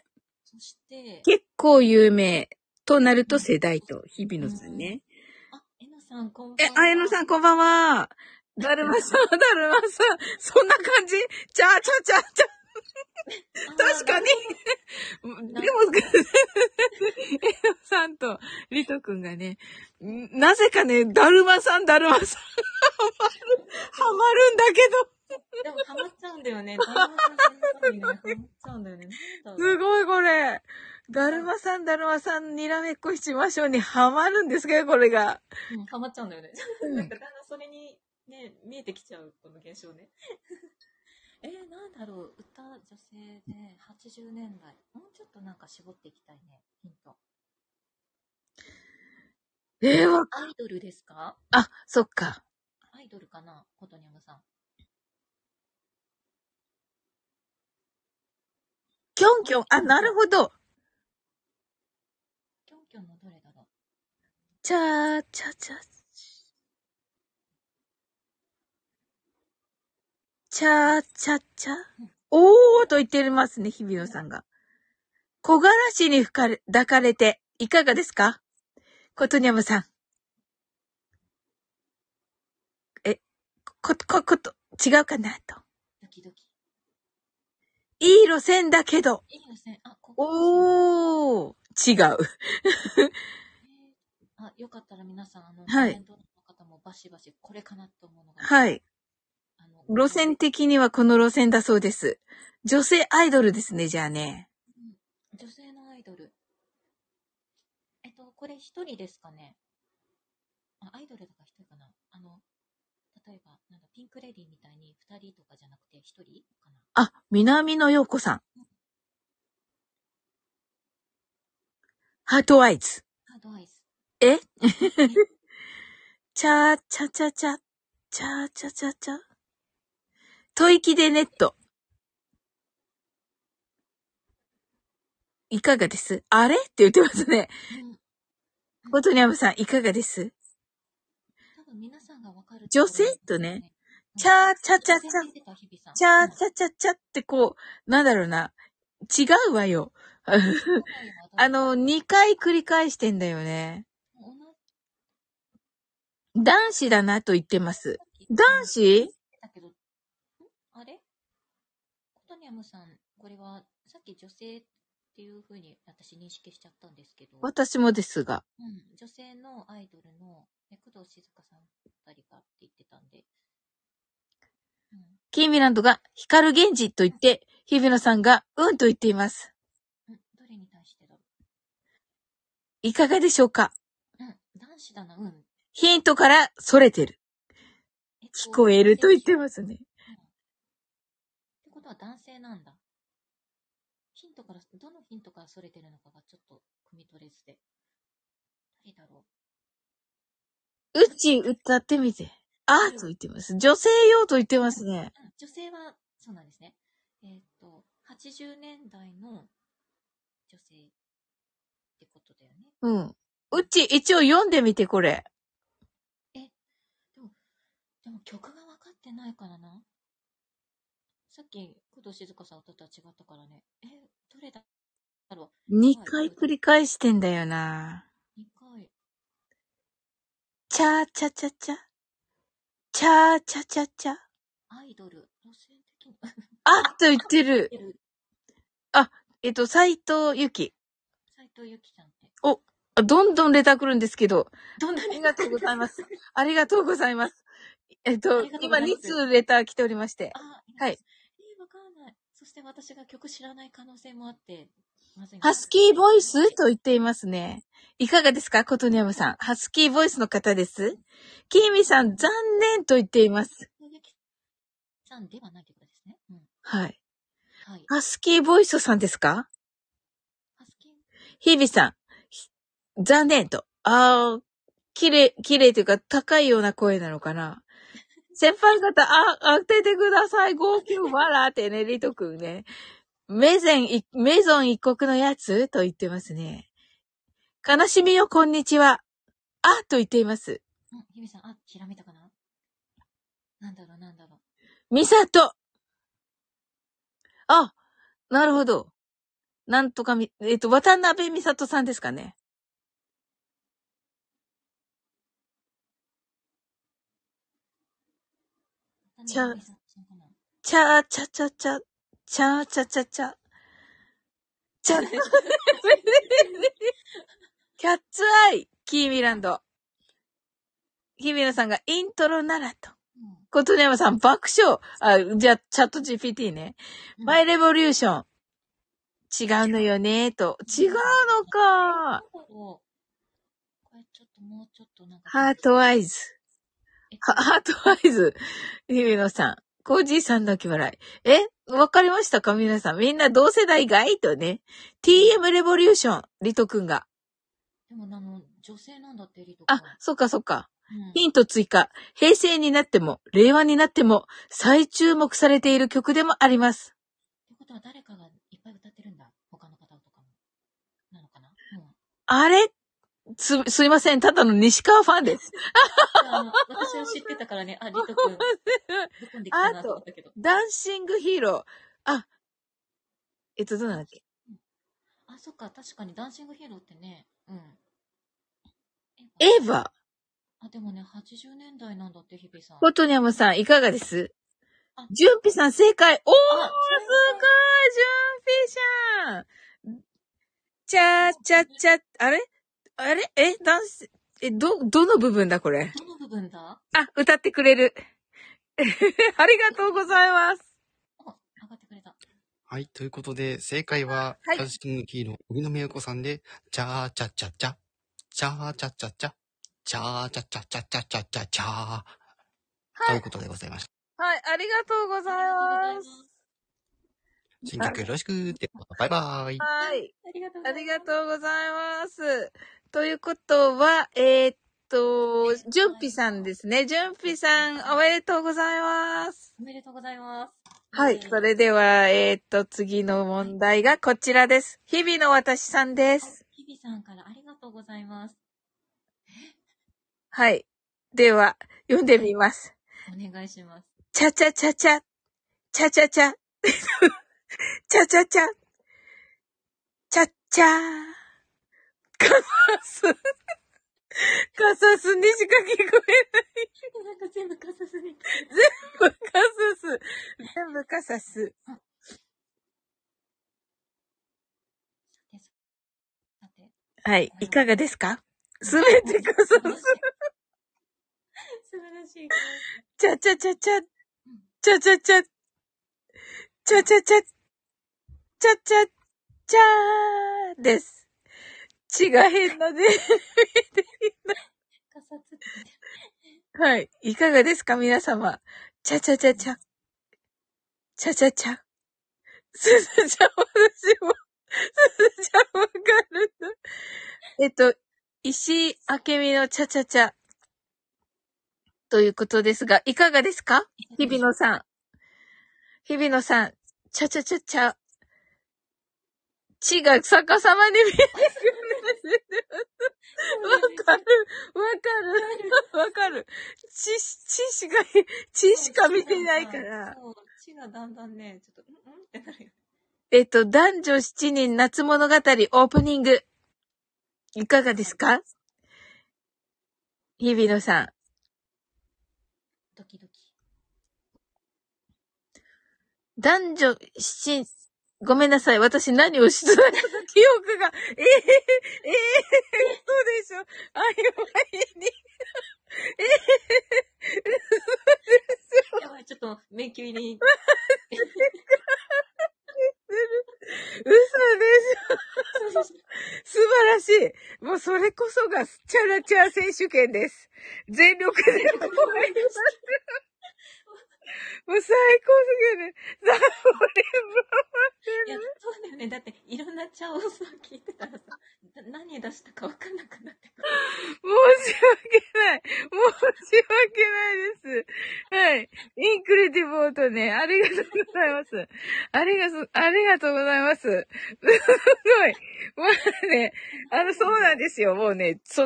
B: 結
A: 構有名となると世代と、日比野さんね。
B: えのさんこんばんは。
A: えのさんこんばんは。だるまさん、そんな感じ？チャーチャチャチャ。確かに。でも、えのさんとリトくんがね、なぜかね、だるまさん、ハマるんだけど。
B: でもハマっちゃうんだよね。だるまさんにハマっちゃうんだよね。
A: すごいこれ。だるまさん、にらめっこしましょうにハマるんですけど、これが。
B: ハマっちゃうんだよね。なんかだんだんそれにね、見えてきちゃう、この現象ね。なんだろう、歌、女性で80年代。もうちょっとなんか絞っていきたいね、ヒント。アイドルですか？
A: あ、そっか。
B: アイドルかな、コトニャムさん。
A: キョンキョン、あ、なるほど。
B: キョンキョンのどれだろう。
A: チャーチャチャ。チャーチャチャ。おーと言ってますね、日比野さんが。木枯らしに抱かれて、いかがですか？コトニャムさん。違うかなと。
B: ドキドキ。
A: いい路線だけど。
B: いい路線。
A: おー、違う。
B: よかったら皆さん、
A: はい。
B: コメントの方もバシバシ、これかなと思うのが。
A: はい。路線的にはこの路線だそうです。女性アイドルですね、じゃあね。
B: 女性のアイドル。これ一人ですかね？アイドルだから一人かな？例えば、ピンクレディーみたいに二人とかじゃなくて一人かな？
A: あ、南野陽子さん。ハートアイズ。
B: ハートアイズ。
A: えチャーチャチャチャ。チャーチャチャチャ。吐息でネット。いかがです？あれって言ってますね。コトニャムさん、いかがです？
B: 多分皆さんがわかる。
A: 女性とね、チャーチャチャチャ。チャーチャチャチャってこう、なんだろうな。違うわよ。2回繰り返してんだよね。男子だなと言ってます。男子？
B: あれ？コトニャムさん、これはさっき女性っていう風に私認識しちゃったんですけど。
A: 私もですが。
B: 女性のアイドルの工藤静香さんあたりかって言ってたんで。
A: キーミランドが光源氏と言って、日比野さんがうんと言っています。
B: どれに対してだろう。
A: いかがでしょうか？
B: 男子だな、
A: ヒントから逸れてる。聞こえると言ってますね。
B: ってことは男性なんだ。どのヒントから逸れてるのかがちょっと汲み取れずで。誰だろ
A: うち歌ってみて。あーと言ってます。女性用と言ってますね。
B: 女性は、そうなんですね。80年代の女性ってことだよね。
A: うん。うち一応読んでみて、これ。
B: でも曲が分かってないからな。さっき、工藤静香さん歌ったら違ったからね。どれだろう。
A: 2回繰り返してんだよな。
B: 2回。
A: チャーチャチャチャ。チャーチャチャチャ。
B: アイドル、路線的に。
A: あっと言ってる。斎藤由貴。
B: 斎藤由貴ちゃんって。
A: どんどんレター来るんですけど。
B: どんな
A: ありがとうございます。ありがとうございます。今2通レター来ておりまして。はい。
B: わかんない。そして私が曲知らない可能性もあって、まずい。
A: ハスキーボイスと言っていますね。いかがですか、ことにやまさん。ハスキーボイスの方です。キーミさん、残念と言っています。
B: さんではないということですね。うん。
A: はい。
B: はい。
A: ハスキーボイスさんですか？
B: ハスキー
A: ヒビさん、残念と。綺麗というか高いような声なのかな。先輩方、当ててください。号泣笑ってね、リトくんね。メゾン一国のやつと言ってますね。悲しみよ、こんにちは。と言っています。
B: ヒビさん、ひらめいたかな？なんだろう。
A: ミサト。なるほど。なんとか渡辺美里さんですかね。チャーチャチャチャチャチャチャチャチャチャキャッツアイキーミランド。日比野さんがイントロならと。ことねやまさん爆笑。じゃあチャット GPT ね。マイレボリューション。違うのよねと。違うのか。
B: これちょっともうちょっとなんか。
A: ハートアイズ。ハートアイズ。日比野さん。コージーさんの気笑い。わかりましたか皆さん。みんな同世代がいいとね。TM レボリューション。リトくんが。
B: でも女性なんだってリトくん。
A: そっか。ヒント追加。平成になっても、令和になっても、再注目されている曲でもあります。
B: ってことは誰かがいっぱい歌ってるんだ。他の方とかも。なのかな？
A: あれすいません。ただの西川ファンです。
B: 私は知ってたからね。リトくん。ぶっ込んできたなと思ったけど。
A: ダンシングヒーロー。どうなんだっけ？
B: そっか。確かにダンシングヒーローってね。
A: エヴァ。
B: でもね、80年代なんだって、日比さん。
A: コトニャムさん、いかがです？ジュンピさん、正解。すごい、ジュンピちゃーちゃちゃ、あれダンス、どの部分だこれ？
B: どの部分だ？
A: 歌ってくれる。ありがとうございます。
B: 上がってくれた。
C: はい、ということで、正解は、ダンシングヒーロー、荻野目洋子さんで、チャーチャチャチャ、チャーチャチャチャ、チャーチャチャチャチャチャチャチャー。ということでございました。
A: はい、ありがとうございます。
C: 新曲よろしくって、バイバーイ。
A: はい。ありがとうございます。ということは、ジュンピさんですね。ジュンピさん、おめでとうございます。
B: おめでとうございます。
A: はい。それでは、次の問題がこちらです。日々の私さんです。
B: 日々さんからありがとうございます。
A: はい。では、読んでみます。
B: お願いします。
A: チャチャチャチャ。チャチャチャ。チャチャチャ。チャッチャー。カサス。カサスにしか聞こえない。
B: なんか全部カサスに。
A: 全部カサス。はい。いかがですか？すべてカサス。素晴
B: らしい。
A: チャチャチャチャ。チャチャチャ。チャチャチャ。チャチャチャーです。血が変なで。はい。いかがですか皆様。チャチャチャチャ。チャチャチャ。すずちゃん、私も、すずちゃんわかる。石井明美のチャチャチャ。 ということですが、いかがですか？日比野さん。日比野さん、ちゃちゃちゃちゃ。血が逆さまに見えてくる。わかる。わかる。血しか見てないから。
B: そう、血がだんだんね、ちょっと、ってなるよ。
A: 男女7人夏物語オープニング。いかがですか？日比野さん。
B: ドキドキ。
A: 男女7、ごめんなさい。私何を出題したか記憶が。そうでしょ。あいまいに。
B: やばい、ちょっと、迷宮入り。
A: 嘘でしょ。素晴らしい。もうそれこそがチャラチャー選手権です。全力で応援します。もう最高すぎる。
B: いや、そうだよね。だって、いろんな茶をさ、聞いてたらさ、何出したか分かんなくなってくる。
A: 申し訳ない。申し訳ないです。はい。インクレディブオートね、ありがとうございます。ありがとうございます。すごい。まあね、そうなんですよ。もうね、す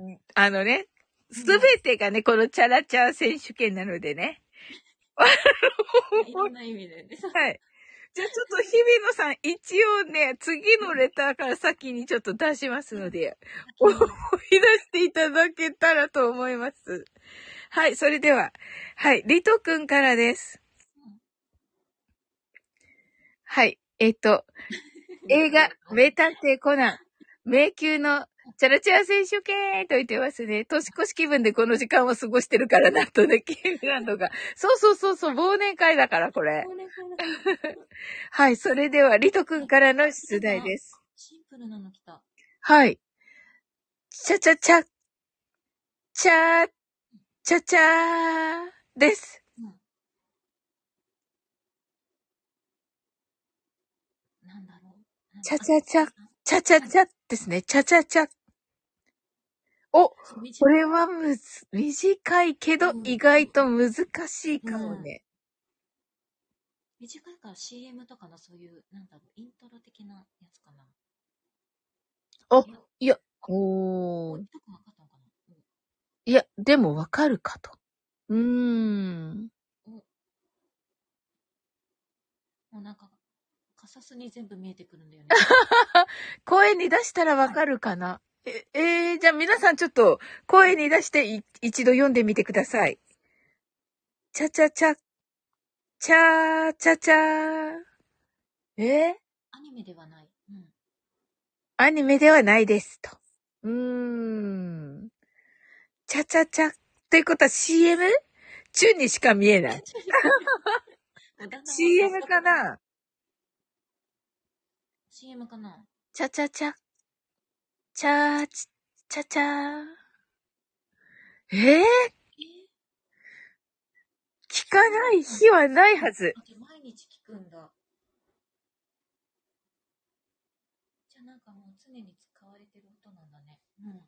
A: べてがね、このチャラチャー選手権なのでね。
B: いろんな意味でね。
A: はい。じゃあちょっと日比野さん、一応ね、次のレターから先にちょっと出しますので、思い出していただけたらと思います。はい、それでは、はい、リトくんからです。はい、映画、名探偵コナン、迷宮のチャラチャラ選手権と言ってますね。年越し気分でこの時間を過ごしてるからなんとね、キーランドが。そう、忘年会だからこれ。はい、それではリトくんからの出題です。
B: シンプルなの来た。
A: はい。チャチャチャ、チャー、チャチャーです。
B: なんだろう。
A: チャチャチャ、チャチャチャですね。チャチャチャ。お、これは短いけど意外と難しいかもね。
B: 短いから CM とかのそういう、なんだろう、イントロ的なやつかな。
A: いや、いや、でもわかるかと。
B: もうなんか、カサスに全部見えてくるんだよね。
A: 声に出したらわかるかな。じゃあ皆さんちょっと声に出して一度読んでみてください。チャチャチャ、チャーチャチャー。
B: アニメではない。
A: アニメではないですと。チャチャチャ。ということは CM？ 中にしか見えない。CM かな？
B: CM かな？
A: チャチャチャ。チャーチ、チャチャー。聞かない日はないはず。
B: 毎日聞くんだ。じゃあなんかもう常に使われてる音なんだね。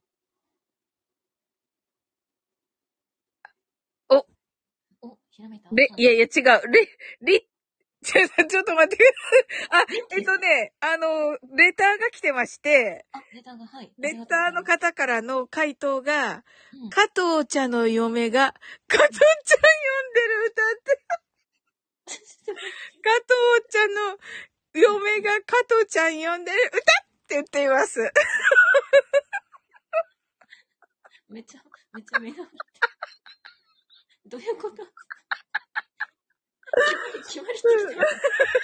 B: ひらめいた？
A: いや、違う。ちょっと待ってください。レターが来てまして、
B: レターが、はい。
A: レターの方からの回答が、加藤茶の嫁が、加藤茶読んでる歌って。加藤茶の嫁が加藤ちゃん読んでる歌って言っています。
B: めっちゃ目が。どういうこと？決まりってきてます。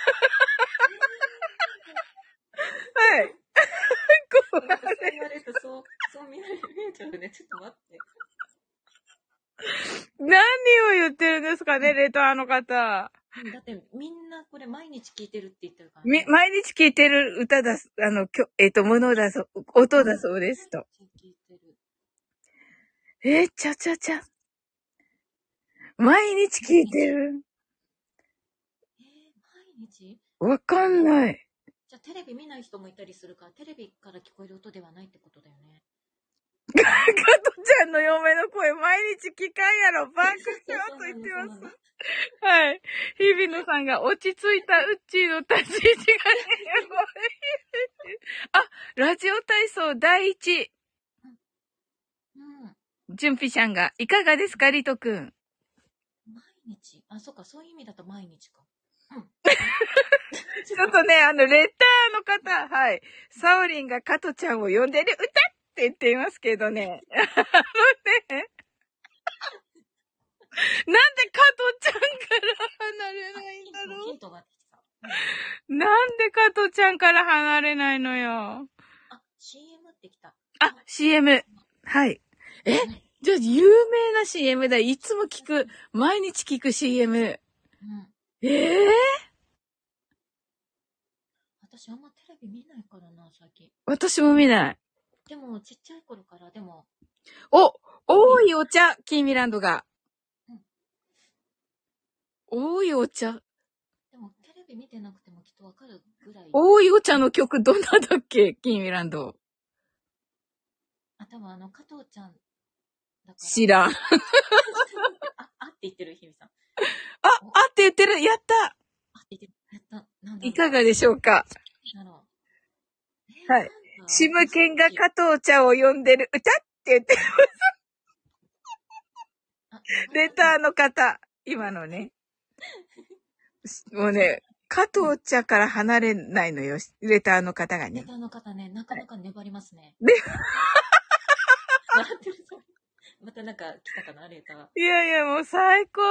A: はい。
B: そう言われるとそう見えちゃうね。ちょっと待って。
A: 何を言ってるんですかね、レターの方。だ
B: ってみんなこれ毎日聞いてるって言ってるからね。
A: 毎日聞いてる歌だ、音だそうですと。ちゃちゃちゃ。毎日聞いてる。
B: 毎日？
A: わかんない。
B: じゃあテレビ見ない人もいたりするから、テレビから聞こえる音ではないってことだよね。
A: 加トちゃんの嫁の声毎日聞かんやろ、爆笑と言ってます。はい。日比野さんが落ち着いたウッチーの立ち位置がね、あ、ラジオ体操第一。純ピちゃんが、いかがですか、リトくん。
B: 毎日。あ、そっか、そういう意味だと毎日か。
A: ちょっとね、レターの方、はい。サオリンが加トちゃんを呼んでる歌って言っていますけどね。ね。なんで加トちゃんから離れないんだろう。なんで加トちゃんから離れないのよ。
B: あ、CM ってきた。
A: あ、CM。はい。じゃあ、有名な CM だ。いつも聞く、毎日聞く CM。
B: 私あんまテレビ見ないからな、最近。
A: 私も見ない。
B: でも、ちっちゃい頃からでも。
A: 多いお茶、キーミランドが。多いお茶。
B: でも、テレビ見てなくてもきっとわかるぐらい。
A: 多いお茶の曲どんなだっけ、キーミランド。
B: あ、多分加藤ちゃんだから。
A: 知らん。
B: あって言ってる、ひみさん。
A: あって言ってる、やった。
B: あって言ってる、やった。なんだろう。
A: いかがでしょうか。はい。シムケンが加藤ちゃんを呼んでる歌って言ってます。レターの方、今のね。もうね、加藤ちゃんから離れないのよ、レターの方がね。
B: レターの方ね、なかなか粘りますね。笑ってるぞ。またなんか来たかな、レター。
A: いやいや、もう最高。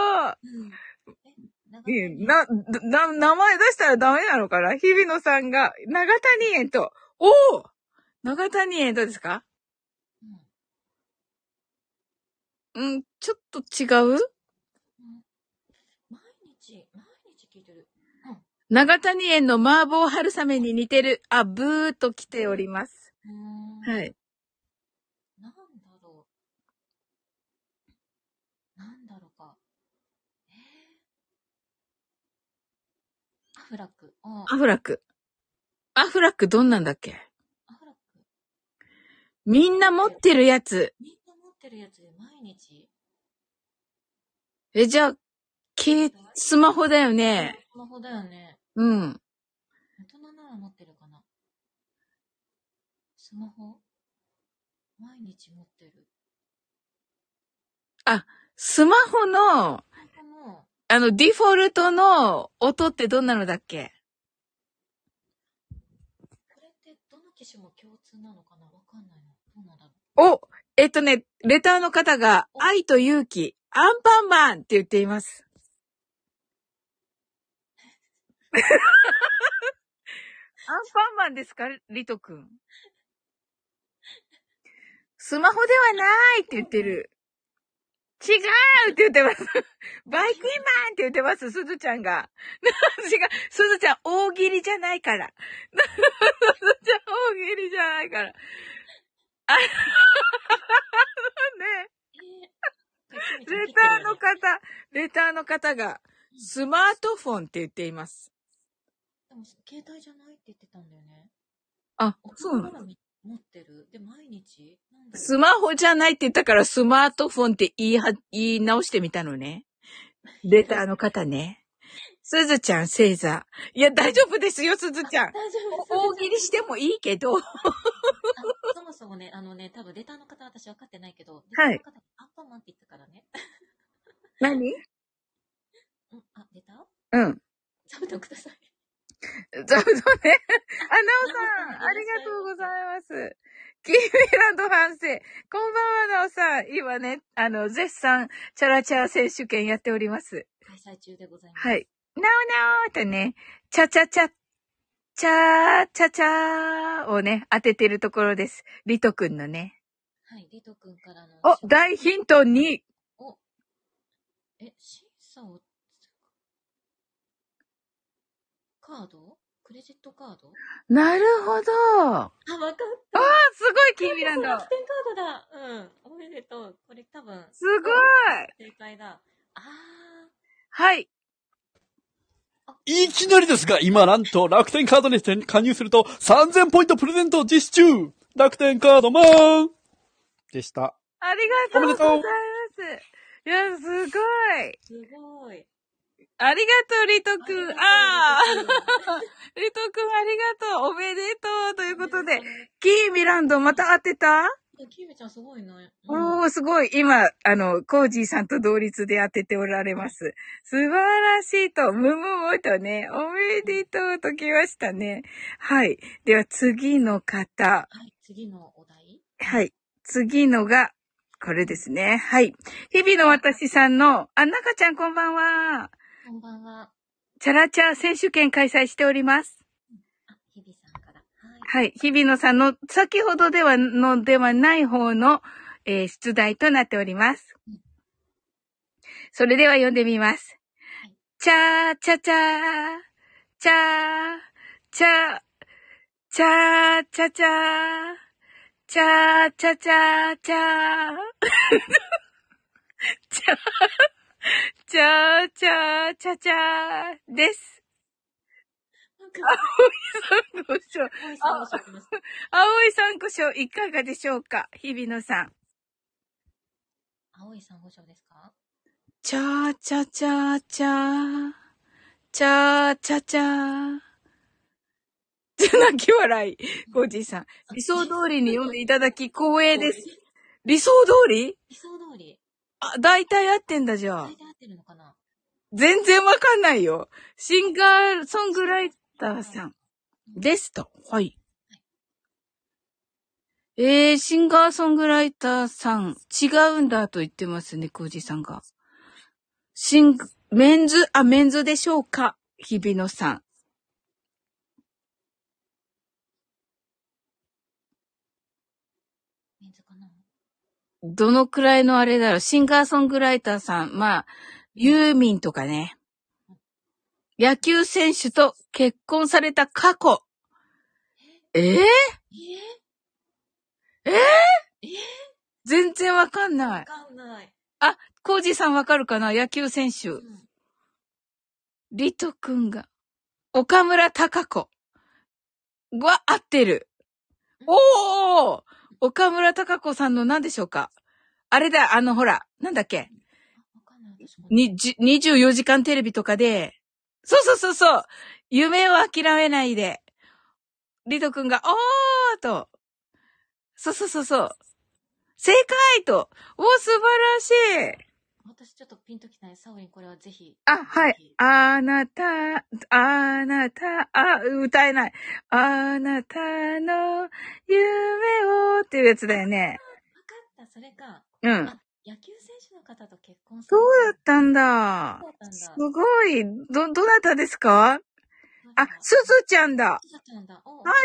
A: 名前出したらダメなのかな？日比野さんが、長谷園と、長谷園どうですか？ちょっと違う？
B: 毎日聞いてる。
A: 長谷園の麻婆春雨に似てる。ブーっと来ております。はい。
B: なんだろうか。アフラック。
A: アフラックどんなんだっけ？アフラック。みんな持ってるやつ。
B: みんな持ってるやつで毎日？
A: じゃあ、スマホだよね。
B: スマホだよね。
A: うん。
B: 大人なら持ってるかな。スマホ？毎日持ってる。
A: スマホの、ディフォルトの音ってどんなのだっけ？
B: これってどの機種も共通なのかな？わかんないな。どうなんだろう。
A: レターの方が、愛と勇気、アンパンマンって言っています。アンパンマンですか？リトくん。スマホではないって言ってる。違うって言ってます。バイクイマンって言ってます、すずちゃんが。違う、すずちゃん大喜利じゃないから。すずちゃん大喜利じゃないから。ねレターの方が、スマートフォンって言っています。
B: でも、携帯じゃないって言ってたんだよね。
A: そうなの？
B: 持ってる？で、毎日？
A: スマホじゃないって言ったからスマートフォンって言い直してみたのね。レターの方ね。すずちゃん、星座。いや、大丈夫ですよ、すずちゃん。大丈夫。大喜利してもいいけど。
B: そもそもね、多分レターの方私分かってないけど、
A: はい。
B: レターの方、アンパンマンって言ったからね。
A: 何？
B: レター？
A: うん。
B: 座布団ください。
A: 座布団ね。なおさん、ありがとうございます。キーミランド反省。こんばんは、なおさん。今ね、絶賛、チャラチャラ選手権やっております。
B: 開催中でございます。
A: はい。なおなおとね、チャチャチャ、チャー、チャチャーをね、当ててるところです。リトくんのね。
B: はい、リトくんからの。
A: 大ヒント2。
B: 審査を、カード？クレジットカード？
A: なるほど。
B: わかった。
A: すごい、キーミランド。
B: 楽天カードだ。おめでとう。これ多分。
A: すごい。
B: 正解だ。
A: はい。
D: いきなりですが、今なんと楽天カードに加入すると3000ポイントプレゼント実施中。楽天カードマン。 でした。
A: ありがとうございます。いや、すごい。
B: すごい。
A: ありがとう、リトくん。リトくんありがとう。おめでとう。ということで、キーミランドまた当てた？
B: キーミちゃんすごいね。
A: おー、すごい。今、コージーさんと同率で当てておられます。素晴らしいと、むむむとね、おめでとうときましたね。はい。では次の方。
B: はい、次のお題。
A: はい。次のが、これですね。はい。日々の私さんの、中ちゃんこんばんは。
B: こんばんは。
A: チャラチャ選手権開催しております。
B: 日々さんから。
A: はい。日比野さんの先ほどではない方の、出題となっております。それでは読んでみます。はい、チャーチャチャー、チャー、チャー、チャーチャチャー、チャーチャチャー、チャー、チャー、チャーチャーチャチャーです。青い珊瑚礁。青い珊瑚礁いかがでしょうか、日比野さん。
B: 青い珊瑚礁ですか？
A: チャーチャチャーチャー。チャーチャチャー。泣き笑い。コージーさん。理想通りに読んでいただき光栄です。理想通り？
B: 理想通り。
A: 大体合ってんだじゃあ。
B: 大体合ってるのかな？
A: 全然わかんないよ。シンガーソングライターさん。ですと。はい。シンガーソングライターさん、違うんだと言ってますね、コージーさんが。メンズでしょうか、日比野さん。
B: メンズかな？
A: どのくらいのあれだろう、シンガーソングライターさん、まあ、ユーミンとかね。野球選手と結婚された過去。全然わかんない。
B: わかんない。
A: コージーさんわかるかな？野球選手。リトくんが。岡村隆子。は合ってる。おー！岡村隆子さんの何でしょうか？あれだ、ほら、なんだっけ？24時間テレビとかで、そう。夢を諦めないで。リトくんが、おーと。そう。正解と。素晴らしい。
B: 私ちょっとピンときたね。サオリン、これはぜひ。
A: はい。あなた、歌えない。あなたの夢をっていうやつだよね。
B: わかった、それか。
A: うん。
B: 野球選手の方と結婚
A: そうだったんだ。すごい。どなたですか？すずちゃんだ。
B: すずちゃんだ。
A: すずちゃん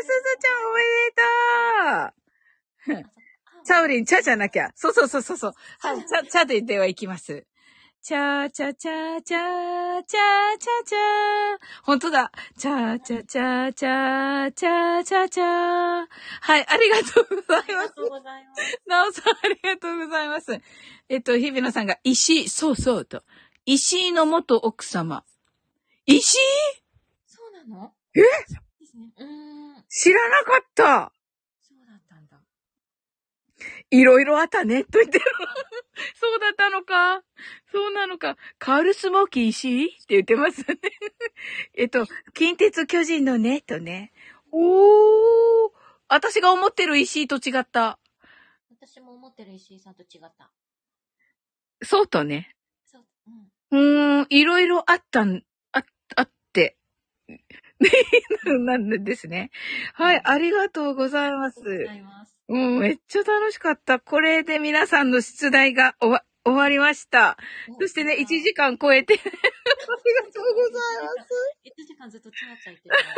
A: おめでとう。サウリン、チャじゃなきゃ。そう。はい、チャでは行きます。チャチャチャチャチャチャチャ。ほんとだ。チャチャチャチャチャチャチャ。はい、ありがとうございます。ありがとうございます。なおさん、ありがとうございます。日比野さんが、そうと。石井の元奥様。石井？
B: そうなの？ですね。
A: 知らなかった。
B: そうだったんだ。
A: いろいろあったね、と言ってる。そうだったのか。そうなのか。カールスモーキー石井って言ってますね。近鉄巨人のね、とね。私が思ってる石井と違った。
B: 私も思ってる石井さんと違った。
A: そうとね。
B: そう。
A: いろいろあって。なんですね。はい、ありがとうございます。めっちゃ楽しかった。これで皆さんの出題が終わりました。そしてね、1時間超えて。ありがとうございます。
B: 1時間ずっとチャーチャー言ってる。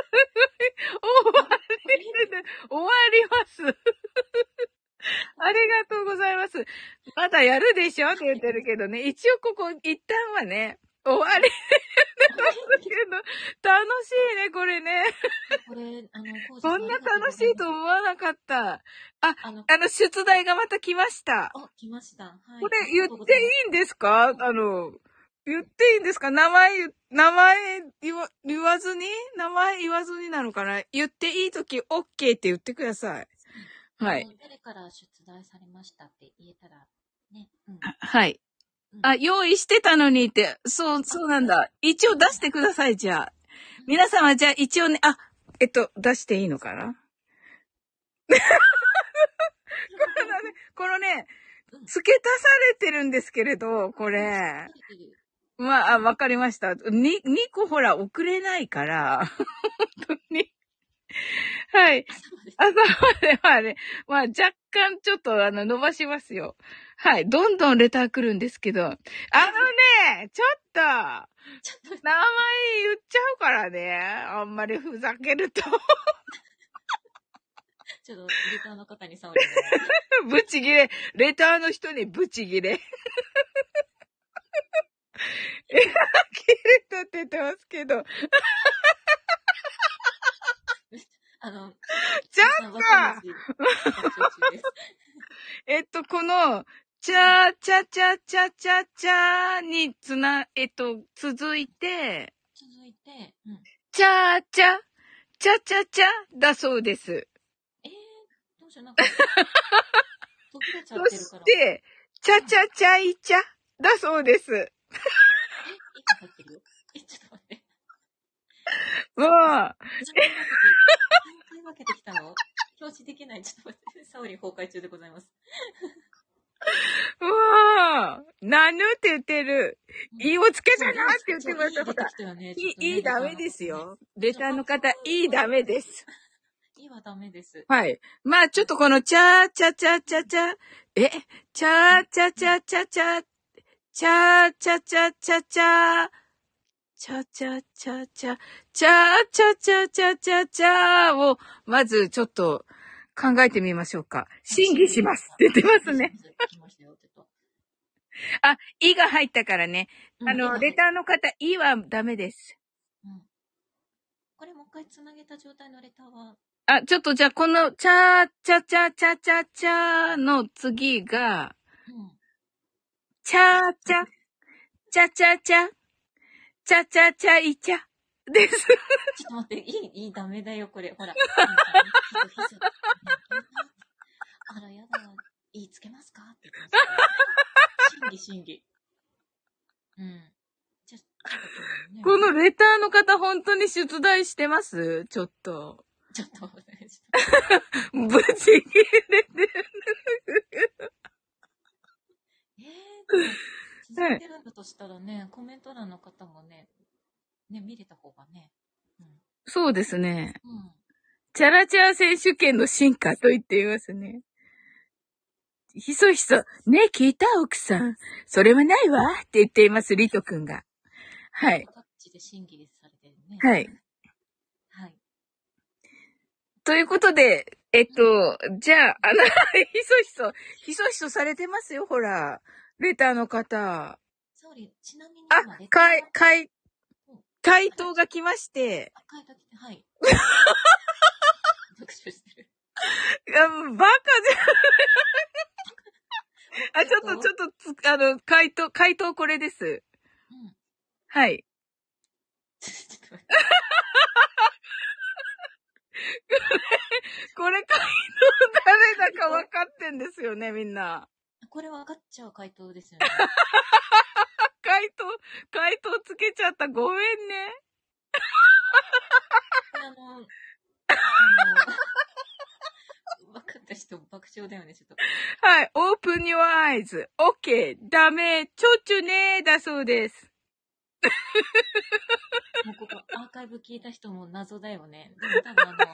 A: 終わります。ありがとうございます。まだやるでしょって言ってるけどね。一応ここ、一旦はね、終わりますけど、楽しいね、これね。こんな楽しいと思わなかった。出題がまた来ました。
B: 来ました。はい。
A: これ言っていいんですか？言っていいんですか？名前言わずになのかな？言っていいとき OK って言ってください。 はい。
B: 誰から出題されましたって言えたら、ね。うん。
A: はい。あ、用意してたのにって、そうなんだ。一応出してください、じゃあ。皆様、じゃあ一応ね、出していいのかなこのね、付け足されてるんですけれど、これ。まあ、わかりました。2個ほら、送れないから、本当に。はい。朝まではね、まあ若干ちょっと伸ばしますよ。はい。どんどんレター来るんですけど、ちょっと、名前言っちゃうからね。あんまりふざけると。
B: ちょっと、レターの方にサオリン
A: ブチギレ。レターの人にブチギレ。キレたって言ってますけど。ちょっとこの、チャーチャチャチャチャチャに続いて、チャーチャ、チャチャチャだそうです。
B: どうしよう、なんか、途切れちゃってるから。そ
A: して、チャチャチャイチャだそうです。
B: 息入ってるよ。ちょっと待って。
A: もう。何
B: 回分けてきたの？表示できない。ちょっと待って。サオリン崩壊中でございます。
A: うわぁ、なぬって言ってる。いいおつけじゃなって言ってました。ほら。いいダメですよ。レターの方、いいダメです。
B: いいはダメです。
A: はい。まあ、ちょっとこのチャーチャチャチャチャ、チャーチャチャチャチャ、チャーチャチャチャチャ、チャチャチャチャ、チャーチャチャチャチャチャを、まずちょっと考えてみましょうか。審議しますって言ってますね。あ、いが入ったからね。レターの方、いはダメです。
B: これもう一回つなげた状態のレターは
A: あ、ちょっとじゃあこの、チャーチャチャチャチャチャの次が、チャーチャ、チャチャチャ、チャチャチャイチャです。ちょ
B: っと待って、いい、ダメだよ、これ。ほら。あら、やだ。いいつけますかって言ってました。審議。うん。
A: このレターの方、本当に出題してます？ちょっと。
B: ちょっと、ぶ
A: ち切れてる。
B: 続けるんだとしたらね、コメント欄の方もね、見れた方がね。
A: そうですね。チャラチャラ選手権の進化と言っていますね。ひそひそ、ね、聞いた奥さん。それはないわって言っています、リト君が。はい。はい。はい。ということで、じゃあ、ひそひそされてますよ、ほら。レターの方。
B: ちなみに
A: 回答が来まして。
B: はい。読書してる。
A: バカじゃん。ちょっと、回答これです。はい。これ回答誰だか分かってんですよね、みんな。
B: これ分かっちゃう回答ですよね。
A: 回答つけちゃった。ごめんね。
B: 分かった人爆笑だよね、ちょっと。
A: はい。open your eyes. OK. ダメ。ちょちゅねーだそうです。
B: もうここアーカイブ聞いた人も謎だよね。でも多分誰だよ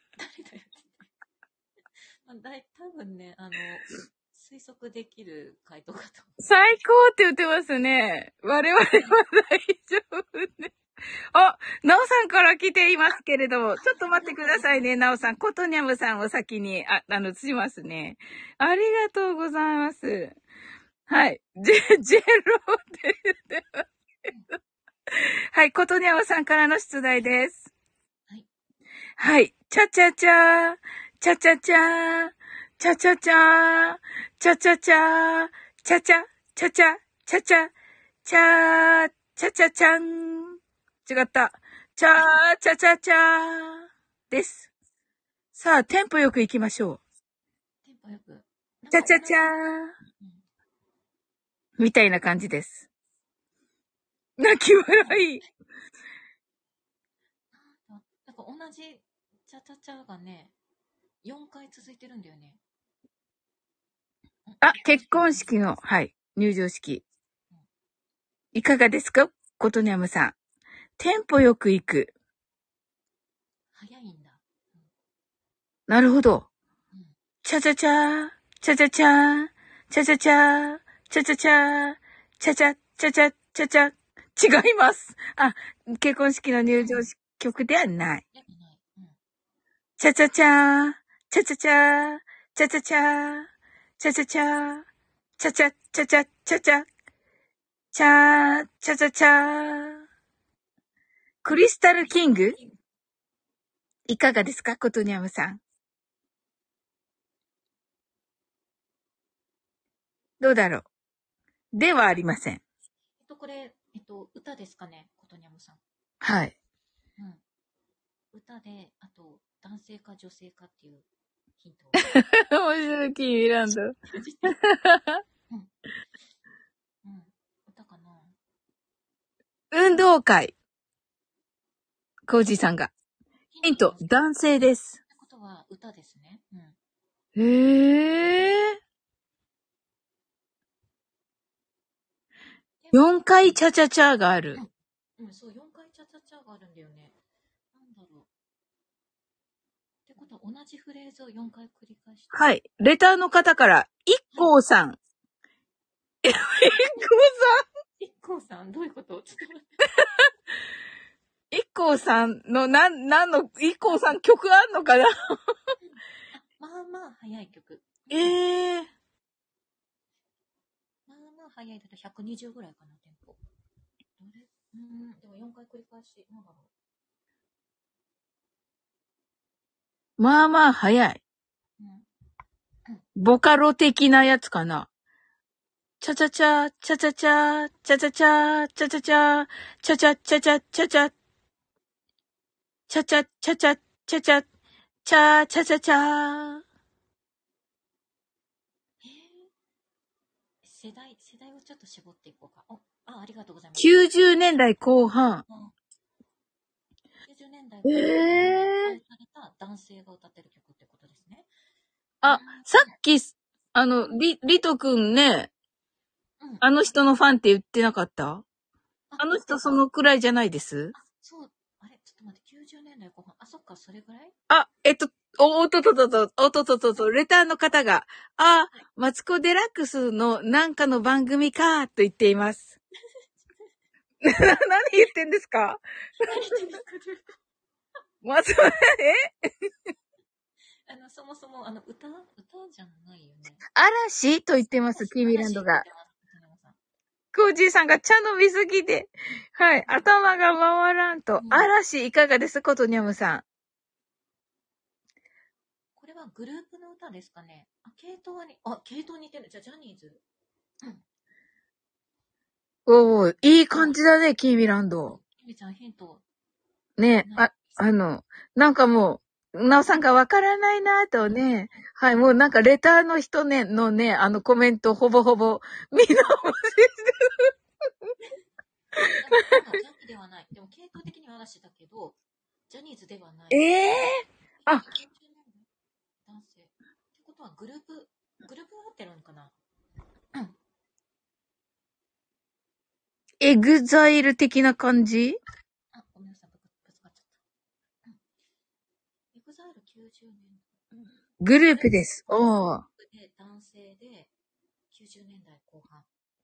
B: って。多分ね、推測できる回答かと。
A: 最高って言ってますね。我々は大丈夫ね。あ、なおさんから来ていますけれども、ちょっと待ってくださいね、なおさん。ことにゃむさんを先に、しますね。ありがとうございます。はい。ジェロって言ってますけど。はい、ことにゃむさんからの出題です。はい。はい。チャチャチャー、チャチャチャー、チャチャチャー、チャチャチャー、チャチャ、チャチャ、チャチャ、チャー、チャチャチャン。違った。チャー、チャチャチャーです。さあ、テンポよく行きましょう。
B: 仲良く。
A: チャチャチャー
B: うん
A: みたいな感じです。泣き笑い。
B: なんか同じチャチャチャがね、4回続いてるんだよね。
A: あ、結婚式の、はい、入場式。いかがですか？ことにゃむさん。テンポよく行く。
B: 早いんだ。
A: なるほど。
B: うん。
A: チャチャチャー、チャチャチャー、チャチャチャー、チャチャチャー、チャチャ、チャチャ、チャチャ。違います。あ、結婚式の入場曲ではない。
B: でもない。うん。
A: チャチャチャー、チャチャチャー、チャチャチャー、チャチャチャー、チャチャ、チャチャ、チャチャ、チャー、チャチャチャー。クリスタルキングいかがですか？ことにゃむさん。どうだろう？ではありません。
B: これ、歌ですかね、ことにゃむさん。
A: はい。
B: うん。歌で、あと、男性か女性かっていうヒント。
A: 面白い、キーミランド。
B: うん。うん。歌かな。
A: 運動会。コージーさんが。ヒント、男性です。
B: ってことは、歌ですね。うん。
A: 4回チャチャチャがある。
B: うん、そう、4回チャチャチャがあるんだよね。なんだろう。ってことは、同じフレーズを4回繰り返して。
A: はい。レターの方から、一光さん。一光さん
B: 一光さんどういうことちょっと待って。
A: 一光さんの、なんの、一光さん曲あんのかな
B: まあまあ早い曲。まあまあ早いだと120ぐらいかな、テンポ。でも4回繰り返し、なんだろ
A: う。まあまあ早い。ボカロ的なやつかな。チャチャチャ、チャチャチャ、チャチャチャ、チャチャチャ、チャチャチャチャ、チャチャ、チャチャチャチャ、チャチャ、チャチャチャチャ。
B: 世代をちょっと絞っていこうか。ありがとうございます。
A: 90年代後半。
B: 90年代後半にされた男性が歌ってる曲ってことですね。
A: あ、さっき、リトくんね、あの人のファンって言ってなかった？あの人そのくらいじゃないです？
B: そう、あれ、ちょっと待って、90年代後半。あ、そっか、それぐらい？
A: おととと、レターの方が、マツコデラックスのなんかの番組か、と言っています。何言ってんですか？
B: そもそも、歌じゃないよね。
A: 嵐と言ってます、キーミランドが。コージーさんが茶飲みすぎで、はい、頭が回らんと。嵐いかがですことにゃむさん。
B: これはグループの歌ですかね。系統似てる。じゃあ、ジャニーズ。
A: おー、いい感じだね、キーミランド。
B: キミちゃん、ヒント。
A: ね、なんかもう、なおさんがわからないなぁとね、はい、もうなんかレターの人ね、のね、コメントほぼほぼ見直ししてる。
B: ジャニーではない。でも、系統的には嵐だけど、ジャニーズではない。男性。ってことは、グループ合ってるのかな？
A: エグザイル的な感じ？
B: ごめんなさい、ぶつかっちゃった。エグザイル90年。
A: グループです。
B: 男性で、90年代後半。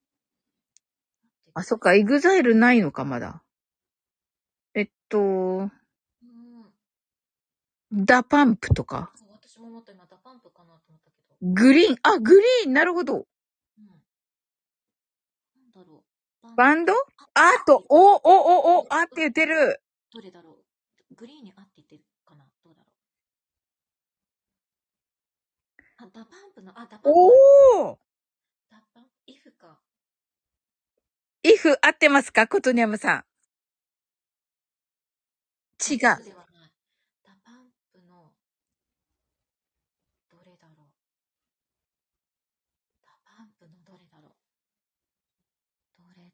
A: そっか、エグザイルないのか、まだ。ダパンプとか。
B: 私ももっと今ダパンプかなと思ったけど。
A: グリーン、なるほど。
B: なんだろう。
A: バンド？って言ってる。
B: どれだろう。グリーンにって言ってるかな。どうだろう。ダパンプの、ダパンプ。ダパンプ、イフか。
A: イフ合ってますか？コトニャムさん。違う。
B: ダパンプの、どれだろ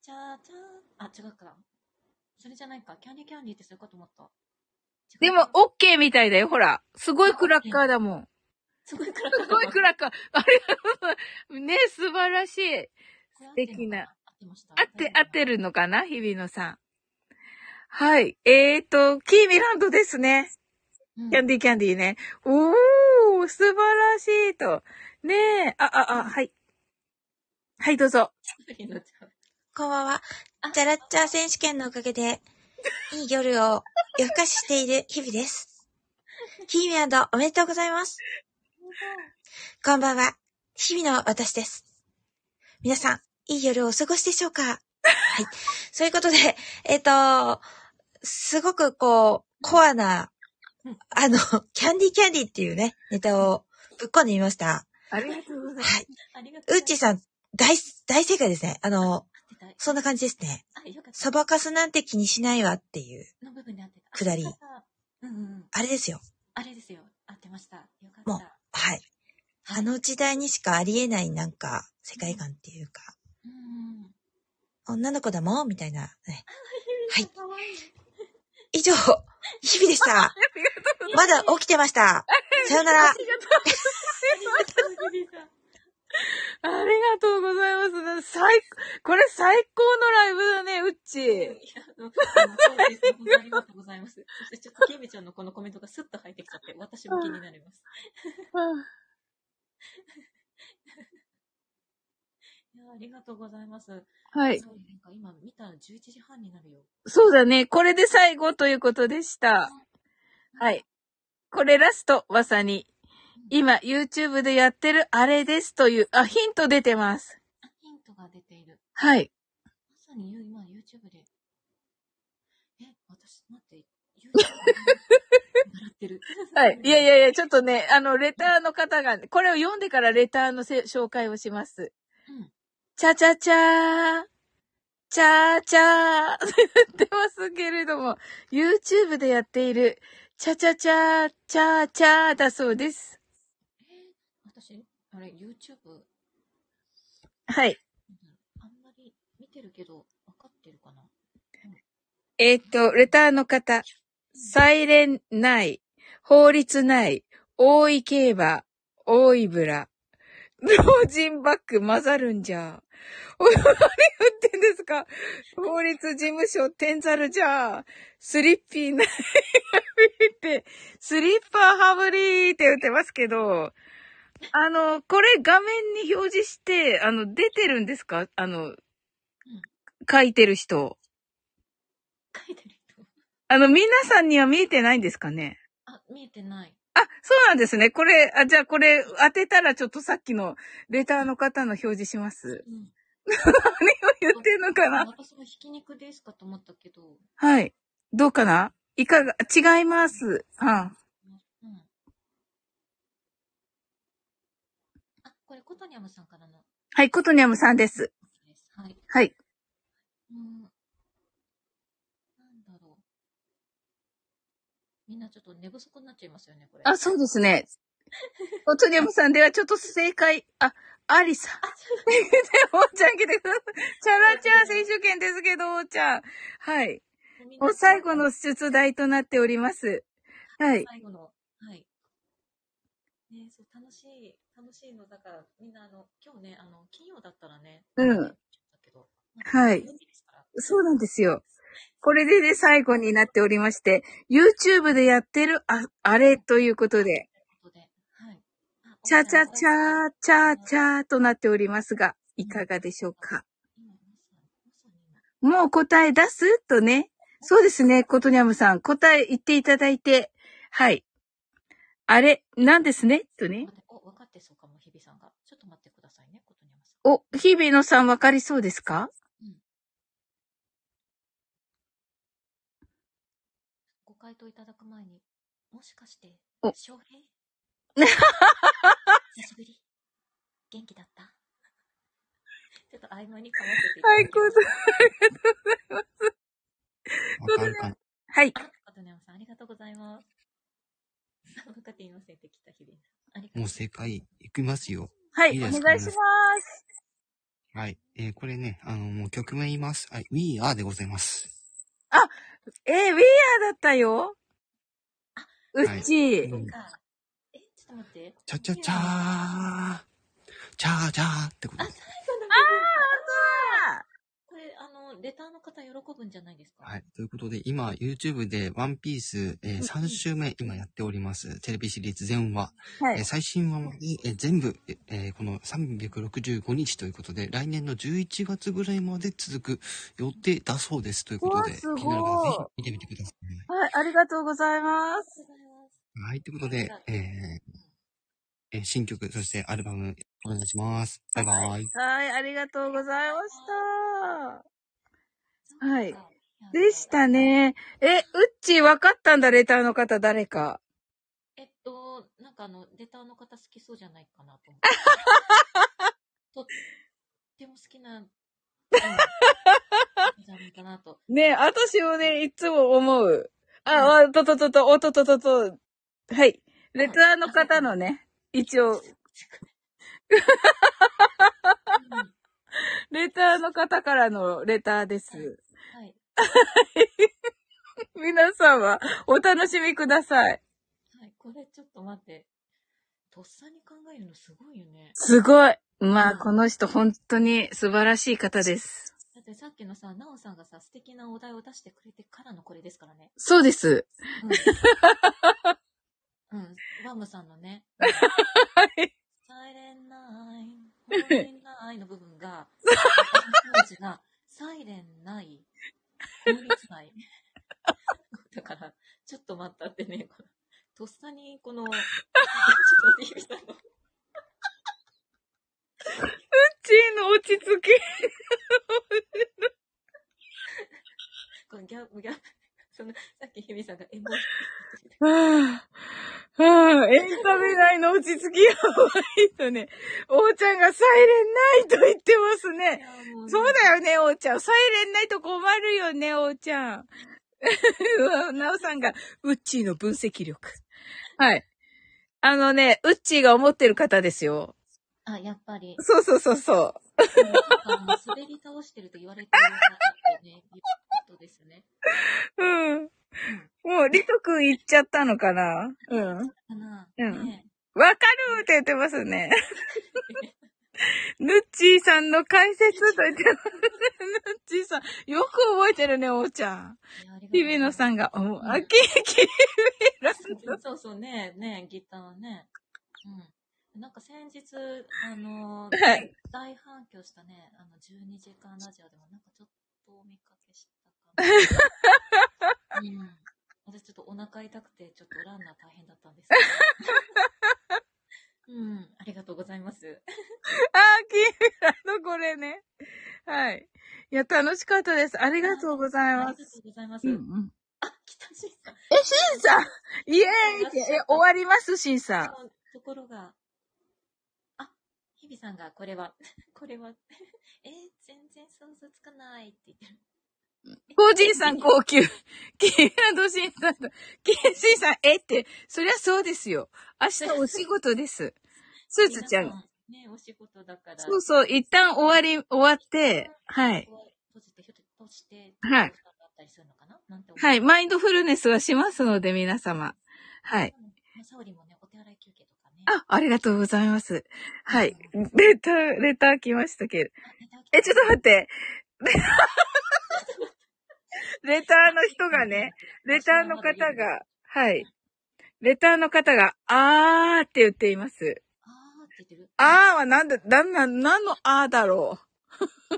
B: チャーチャー。あ、違うか。それじゃないか。キャンディキャンディってそういうこと思った。
A: でも、オッケーみたいだよ、ほら。すごいクラッカーだもん。
B: すごいクラッカー。
A: すごいクラッカー。ありがとう。ね、素晴らしい。素敵な。
B: 合ってました。
A: 合ってるのかな日比野さん。はい。キーミランドですね。キャンディキャンディね。おー、素晴らしいと。ねえ。はい。はい、どうぞ。
E: こんばんは。チャラッチャー選手権のおかげで、いい夜を夜更かししている日々です。キーミランドおめでとうございます。こんばんは。日々の私です。皆さん、いい夜をお過ごしでしょうか？はい。そういうことで、すごくコアな、キャンディキャンディっていうね、ネタをぶっ込んでみました。
A: ありがとうございます。はい。
E: ウッチーさん、大正解ですね。そんな感じですね。そばかすなんて気にしないわっていうくだり。あれですよ。
B: あれですよ。合ってました。よかった。
E: もう、はい。あの時代にしかありえないなんか世界観っていうか、女の子だもんみたいなね。はい。以上、日々でした。まだ起きてました。さよなら。
A: ありがとうございます。これ最高のライブだね、うっち。
B: ありがとうございます。そしてちょっとキミちゃんのこのコメントがスッと入ってきちゃって、私も気になります。いや、ありがとうございます。
A: はい。
B: 今見たら11時半になるよ。
A: そうだね。これで最後ということでした。はい。これラスト、まさに。今、YouTube でやってるあれですという、ヒント出てます。
B: ヒントが出ている。
A: はい。
B: まさに今 YouTube で。私、待って、YouTube で笑ってる。
A: はい。いや、ちょっとね、レターの方が、これを読んでからレターの紹介をします。チャチャチャー。チャーチャー言ってますけれども、YouTube でやっている、チャチャチャー、チャーチャーだそうです。
B: 私、あれ、YouTube?
A: はい。
B: あんまり見てるけど、わかってるかな？
A: レターの方、サイレンない、法律ない、大井競馬、大井ブラ、老人バッグ混ざるんじゃ。何言ってんですか？法律事務所、天ざるじゃ。スリッピーないって、スリッパーハブリーって言ってますけど、これ画面に表示して、出てるんですか？書いてる人。
B: 書いてる人。
A: 皆さんには見えてないんですかね？
B: 見えてない。
A: そうなんですね。これ、じゃあこれ当てたらちょっとさっきのレターの方の表示します。何を言ってんのかな？
B: 私もひき肉ですかと思ったけど。
A: はい。どうかな？いかが、違います。
B: これコトニャムさんからの。
A: はい、コトニャムさんです。
B: はい。
A: はい。
B: なんだろう。みんなちょっと寝不足になっちゃいますよね、これ。
A: そうですね。コトニャムさんではちょっと正解、アリさん。おーちゃん来てください。チャラチャー選手権ですけど、おーちゃん。はい。もう最後の出題となっております。はい。
B: 最後の、はい。ね、そう、楽しいの。だから、みんな今日ね、金曜だったらね。
A: はい。そうなんですよ。これでね、最後になっておりまして、YouTube でやってる、あれということで。チャチャチャー、チャーチャーとなっておりますが、いかがでしょうか？もう答え出すとね。そうですね、コトニャムさん。答え言っていただいて。はい。あれ、なんですねとね。
B: 分かってそうかも、日比さんが。ちょっと待ってくださいね、コトニャムさ
A: お、
B: ん。
A: 日比野さん分かりそうですか？
B: ご回答いただく前に、もしかして、翔平久しぶり元気だったちょっと合間にかませていただきます。
A: はい、コトニャムさん。
C: わかるかな？
A: はい。
B: コトニャムさん、ありがとうございます。分かっていませんって来た日々。
C: もう正解いきますよ。
A: はい、お願いします。
C: はい。これね、もう曲名言います。はい。We Are でございます。
A: あ、We Are だったよ。うっちー。
B: そうか。ちょっと待って。
C: チャチャチャー。チャーチャーってことです。
B: 最後の部分。これ、レターの方喜ぶんじゃないですか？
C: はい。ということで、今、YouTube でワンピース、3週目、今やっております。テレビシリーズ全話。はい。最新話まで、全部、この365日ということで、来年の11月ぐらいまで続く予定だそうです。ということで、気になる方ぜひ見てみてください。
A: はい、ありがとうございます。
C: はい、ということで、新曲、そしてアルバム、お願いします。バイバイ。
A: はい、ありがとうございました。はい。でしたね。うっちー分かったんだ、レターの方誰か。
B: なんかレターの方好きそうじゃないかなと思って。とっても好きな、じゃないかなと。
A: ね、私もね、いつも思う。はい。レターの方のね、一応。レターの方からのレターです。はい。皆さんはお楽しみください。
B: はい、これちょっと待って。とっさに考えるのすごいよね。
A: すごい。まあ、この人本当に素晴らしい方です。
B: だってさっきのさ、なおさんがさ、素敵なお題を出してくれてからのこれですからね。
A: そうです。
B: うん。ワムさんのね。
A: はい。
B: サイレンナイン、ホーリンナイの部分が、当時が、サイレンナイ、法律内。だから、ちょっと待ったってね、とっさに、ちょっと待って、日比さんの。
A: うっちーの落ち着き。
B: このギャップ、さっき日比さんがエン
A: タメ内の落ち着きやばいとね。おーちゃんがサイレンナイと言ってますね。そうだよね、おーちゃん。サイレンナイと困るよね、おーちゃん。なおさんが、ウッチーの分析力。はい。ウッチーが思ってる方ですよ。
B: あ、やっぱり。
A: そう。
B: 滑り倒してると言われてる方ってね、いうことですね。
A: うん。もう、リトくん言っちゃったのかな？うん。わかるって言ってますね。ヌッチーさんの解説と言ってます。ヌッチーさん、よく覚えてるね、おーちゃん。日比野さんが、キーラス
B: ト。そうね、ギターね。うん。なんか先日、大反響したね、12時間ラジオでもなんかちょっとお見かけしたかな。私ちょっとお腹痛くて、ちょっとランナー大変だったんですけど。ありがとうございます。
A: キーラのこれね。はい。いや、楽しかったです。ありがとうございます。
B: ありがとうございます。来た、シンさん。
A: シンさんイエーイって、終わりますシンさん。
B: ところが、日比さんが、これは、全然想像つかないって言ってる。
A: コージンさん号泣。キーランドシンさんと、シンさん、って、そりゃそうですよ。明日お仕事です。スーツちゃん。
B: ね、お仕事だから。
A: そう、一旦終わって、はい。
B: 閉じて、
A: はい。はい、マインドフルネスはしますので、皆様。はい。
B: サオリもね、お手洗い休憩とかね。
A: ありがとうございます。はい。レター来ましたけど。ちょっと待って。レターの人がね、レターの方が、はい。レターの方が、って言っています。って
B: 言ってる？
A: は何のだろう。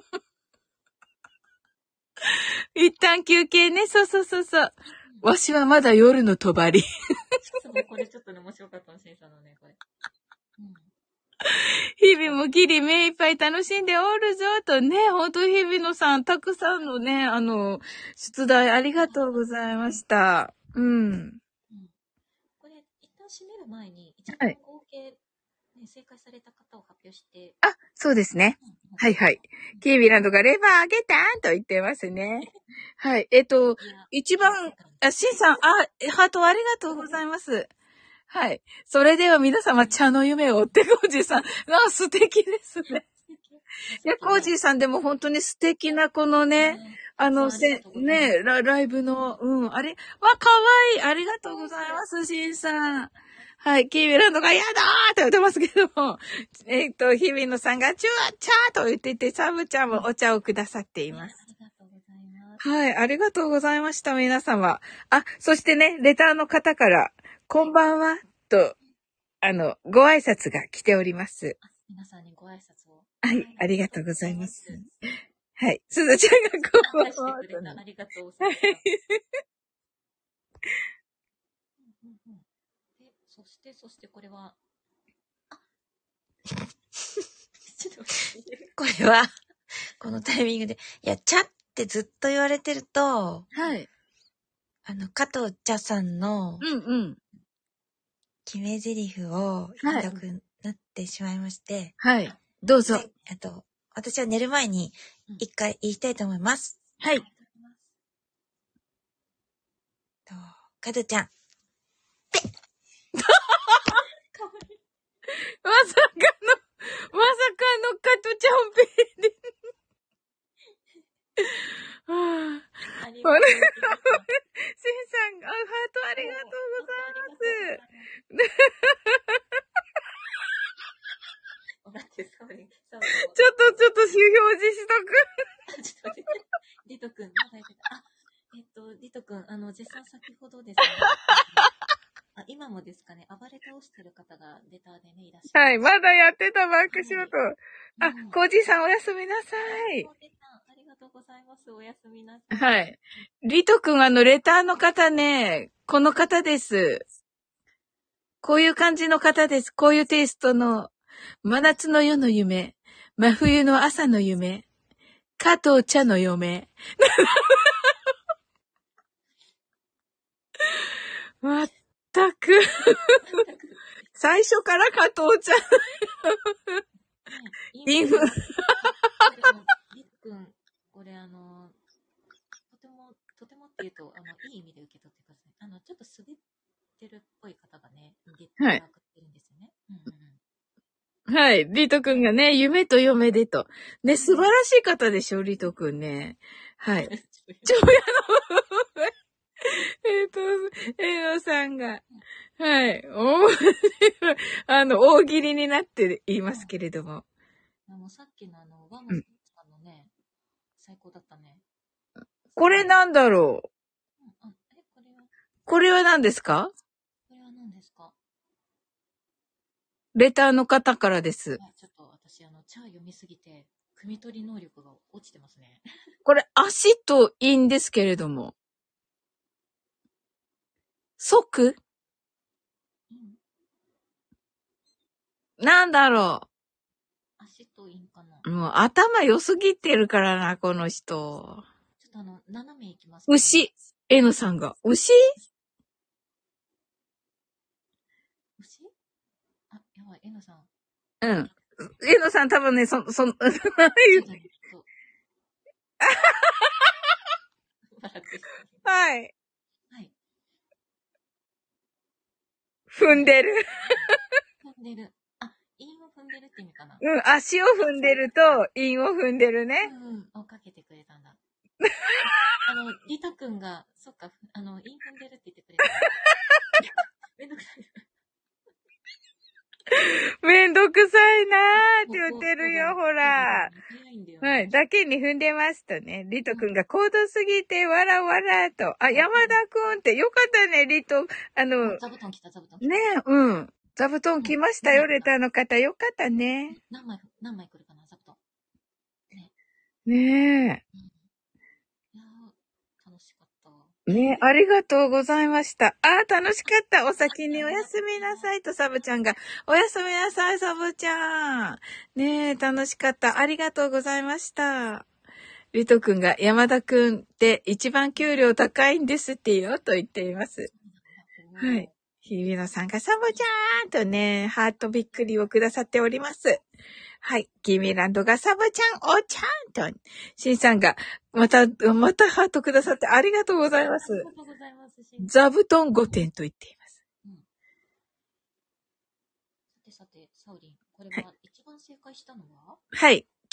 A: 一旦休憩ね、そう。わしはまだ夜の帳。
B: これちょっとね、面白かったの、シンさんのね、これ。
A: 日々もギリ目いっぱい楽しんでおるぞ、とね、ほんと日々のさん、たくさんのね、出題ありがとうございました。
B: これ、一旦締める前に、一番合計、正解された方を発表して。
A: そうですね。はい。キービランドがレバーあげたんと言ってますね。はい。一番、シンさん、ハートありがとうございます。はい。それでは皆様、茶の夢を追って、ゴジさん。素敵ですね。 いや、コージーさんでも本当に素敵なこのね、ライブの、あれ、かわいい。ありがとうございます、シンさん。はい、キーミランドがやだーって言ってますけども、日比野さんがチャーと言っていて、サブちゃんもお茶をくださっています。
B: ありがとうございます。
A: はい、ありがとうございました、皆様。そしてね、レターの方から、こんばんは、と、ご挨拶が来ております。
B: 皆さんにご挨拶を。
A: はい、ありがとうございます。はい、すずちゃんがこんばんは。
B: ありがとうございます。そしてこれは、
E: これは、このタイミングで、いや、茶ってずっと言われてると、
A: はい。
E: 加藤茶さんの、決め台詞を言いたくなってしまいまして、
A: はい。どうぞ。
E: 私は寝る前に一回言いたいと思います。
A: はい。
E: 加藤ちゃん。
A: まさかの加藤ちゃんペンで。はぁ。シンさん、ハートありがとうございます。ちょっと、表示しとく。
B: ちょっと待って。リト君、まだやってた。リト君、絶賛先ほどですね。今もですかね、暴れ倒してる方がレターでね、いらっしゃる。
A: はい、まだやってたバックショット。コージーさんおやすみなさい。
B: ありがとうございます。おやすみなさい。
A: はい。リト君、レターの方ね、この方です。こういう感じの方です。こういうテイストの、真夏の夜の夢、真冬の朝の夢、加藤茶の嫁。まったく。最初から加藤茶。インフ。
B: リト君、これとてもっていうと、いい意味で受け取ってください。ちょっと滑ってるっぽい方がね、
A: はい。
B: いるんですよね。
A: はい。リト君がね、夢と嫁でと。ね、素晴らしい方でしょ、リト君ね。はい。長屋の、エノさんが。はい。大喜利になって言いますけれども。
B: さっきのワムさんのね、最高だったね。
A: これなんだろう。これは何ですか？
B: これは何ですか？
A: レターの方からです。
B: ちょっと私、チャー読みすぎて、汲み取り能力が落ちてますね。
A: これ、足と陰ですけれども。即？なんだろ
B: う。足と陰かな。
A: もう頭良すぎてるからな、この人。
B: ちょっと斜めいきます、
A: ね。牛。N さんが。牛？
B: やばい、N さん。
A: うん。N さん多分ね、何言ってはい。
B: はい。
A: 踏んでる。
B: 踏んでる。韻を踏んでるって意味かな。
A: 足を踏んでると、韻を踏んでるね。
B: をかけてくれたんだ。リト君が、そっか、韻踏んでるって言ってくれた。めんどくさい。
A: めんどくさいなーって言ってるよ、ほら。はい。だけに踏んでますとね。リトくんが高度すぎて、わらわらと。山田くんってよかったね、リト。
B: 座布団来た。
A: ねえ、座布団来ましたよ、レターの方。よかったね。
B: 何枚来るかな、座布団。
A: ねえ。
B: いやー、楽しかった。
A: ねえ、ありがとうございました。楽しかった。お先におやすみなさいと、サブちゃんが。おやすみなさい、サブちゃん。ねえ、楽しかった。ありがとうございました。リトくんが、山田くんって一番給料高いんですってよ、と言っています。はい。日比野さんが、サブちゃんとね、ハートびっくりをくださっております。はい。キーミランドがサブちゃん、おちゃんと、シンさんが、またハートくださってありがとうございます。ありがとうございます。座布団5点と言っています。さ
B: て、サオリン、これは一番正解したのは？
A: はい。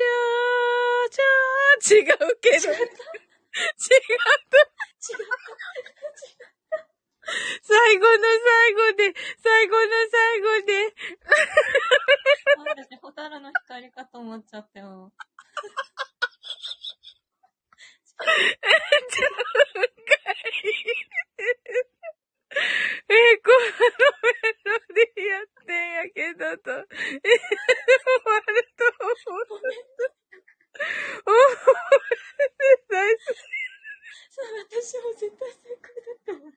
A: 違うけど。違う。最後の最後で。
B: 私、ホタルの光かと思っちゃったよ。
A: このメロディやってんやけどと。終わると思った。
B: そう、私も絶対成功だと思った。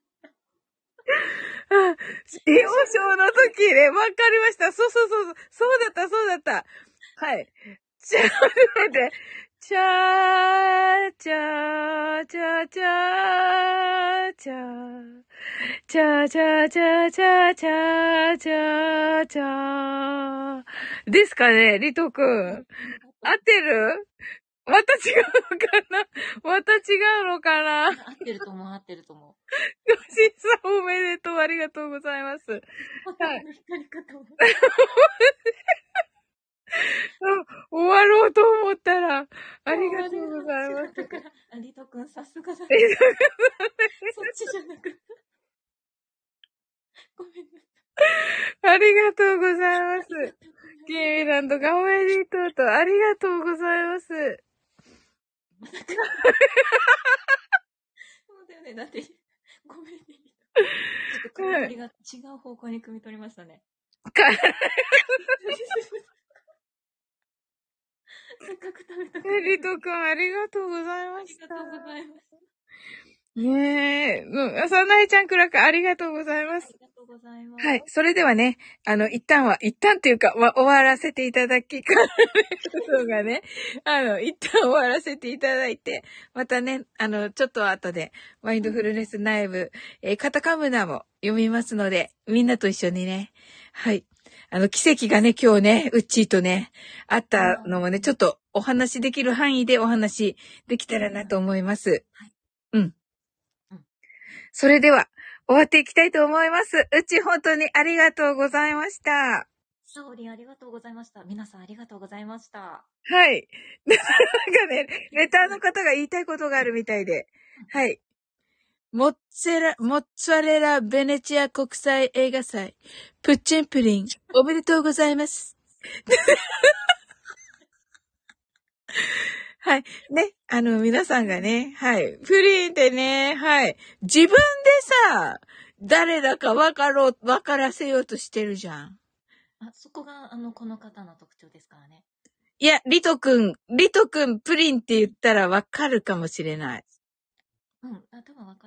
A: 幼少の時ね、わかりました。そうだった。はい。ちゃーで、チャー、チャー、チャー、チャー、チャー、チャー、チャー、チャー、チャー、チャー、チャー、チャー。ですかね、リトくん。合ってる？また違うのかな
B: 合ってると思う。
A: よしさんおめでとう。ありがとうございます。はい。
B: 光かと思った。
A: 終わろうと思ったら、ありがとうございます。
B: だから、リト君さすがだ。そっちじゃなくて。ごめんなさい。
A: ありがとうございます。 キーミランドがおめでとうと、ありがとうございます。
B: そうだよね。だって、ごめんね。ちょっと組み取りが違う方向に組み取りましたね。せっかく食べたから。
A: リトくん、ありがとうございました。
B: ありがとうございます。
A: ねえ。さなえちゃんくらくありがとうございます。
B: ありがとうございます。
A: はい。それではね、一旦っていうか、終わらせていただきか、そうがね、一旦終わらせていただいて、またね、ちょっと後で、マインドフルネス内部、カタカムナも読みますので、みんなと一緒にね、はい。奇跡がね、今日ね、うっちーとね、あったのもね、ちょっとお話できる範囲でお話できたらなと思います。
B: はい。
A: うん。それでは、終わっていきたいと思います。うち本当にありがとうございました。
B: サオリンありがとうございました。皆さんありがとうございました。
A: はい。なんかね、レターの方が言いたいことがあるみたいで。はい。モッツァレラベネチア国際映画祭、プッチンプリン、おめでとうございます。はい。ね。皆さんがね、はい。プリンってね、はい。自分でさ、誰だかわからせようとしてるじゃん。
B: あ、そこが、この方の特徴ですからね。
A: いや、リトくん、プリンって言ったらわかるかもしれない。
B: うん。多分わか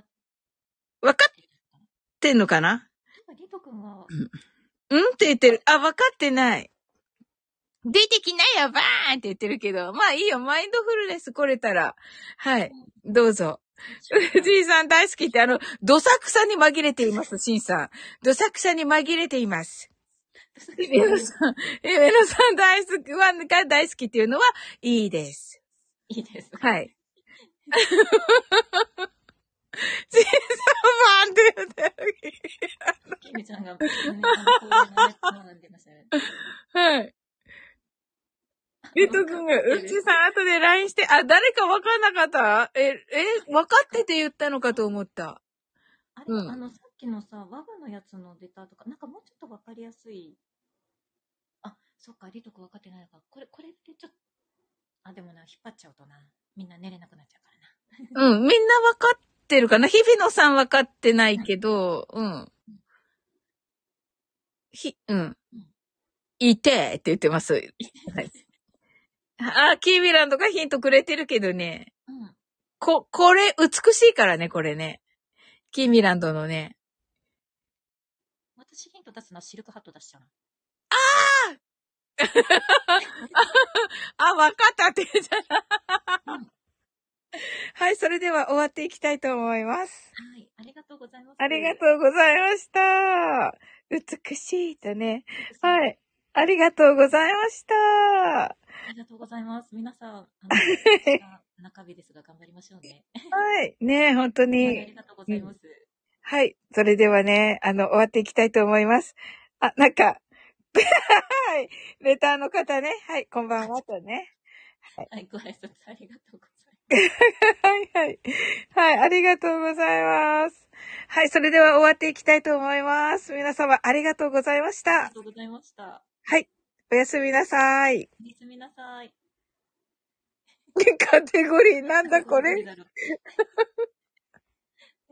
A: ってんのかな？
B: リトくんは、
A: うんって言ってる。わかってない。出てきなよ、バーンって言ってるけど。まあいいよ、マインドフルネス来れたら。はい。どうぞ。藤井さん大好きって、どさくさに紛れています、シンさん。どさくさに紛れています。上野さん大好き、ワンが大好きっていうのはいいです。
B: いいです。
A: はい。シンさんバーンって言ってる。
B: キミちゃんが、なんでましたね。
A: はい。リト君が、うちさん後で LINE して、誰か分かんなかった？分かってて言ったのかと思った。
B: あれ、さっきのさ、ワグのやつのレターとか、なんかもうちょっと分かりやすい。そっか、リト君分かってないのか。これってちょっと、でもな、引っ張っちゃうとな、みんな寝れなくなっちゃうから
A: な。みんな分かってるかな？日比野さん分かってないけど、いてって言ってます。はい。キーミランドがヒントくれてるけどね。これ、美しいからね、これね。キーミランドのね。
B: 私ヒント出すのはシルクハット出しちゃう
A: な。わかったって言うじゃん。はい、それでは終わっていきたいと思います。
B: はい、ありがとうございます。
A: ありがとうございました。美しいとね。はい。ありがとうございました。
B: ありがとうございます。皆さん、中日ですが頑張りましょうね。
A: はい。ね、本当に。
B: ありがとうございます。
A: はい。それではね、終わっていきたいと思います。なんか、はい。レターの方ね。はい。こんばんはとね。
B: はい、ご挨拶ありがとうございます。
A: はいはい。はい、ありがとうございます。はい、それでは終わっていきたいと思います。皆様ありがとうございました。
B: ありがとうございました。
A: はい。おやすみなさい。
B: おやすみなさい。
A: カテゴリーなんだこれ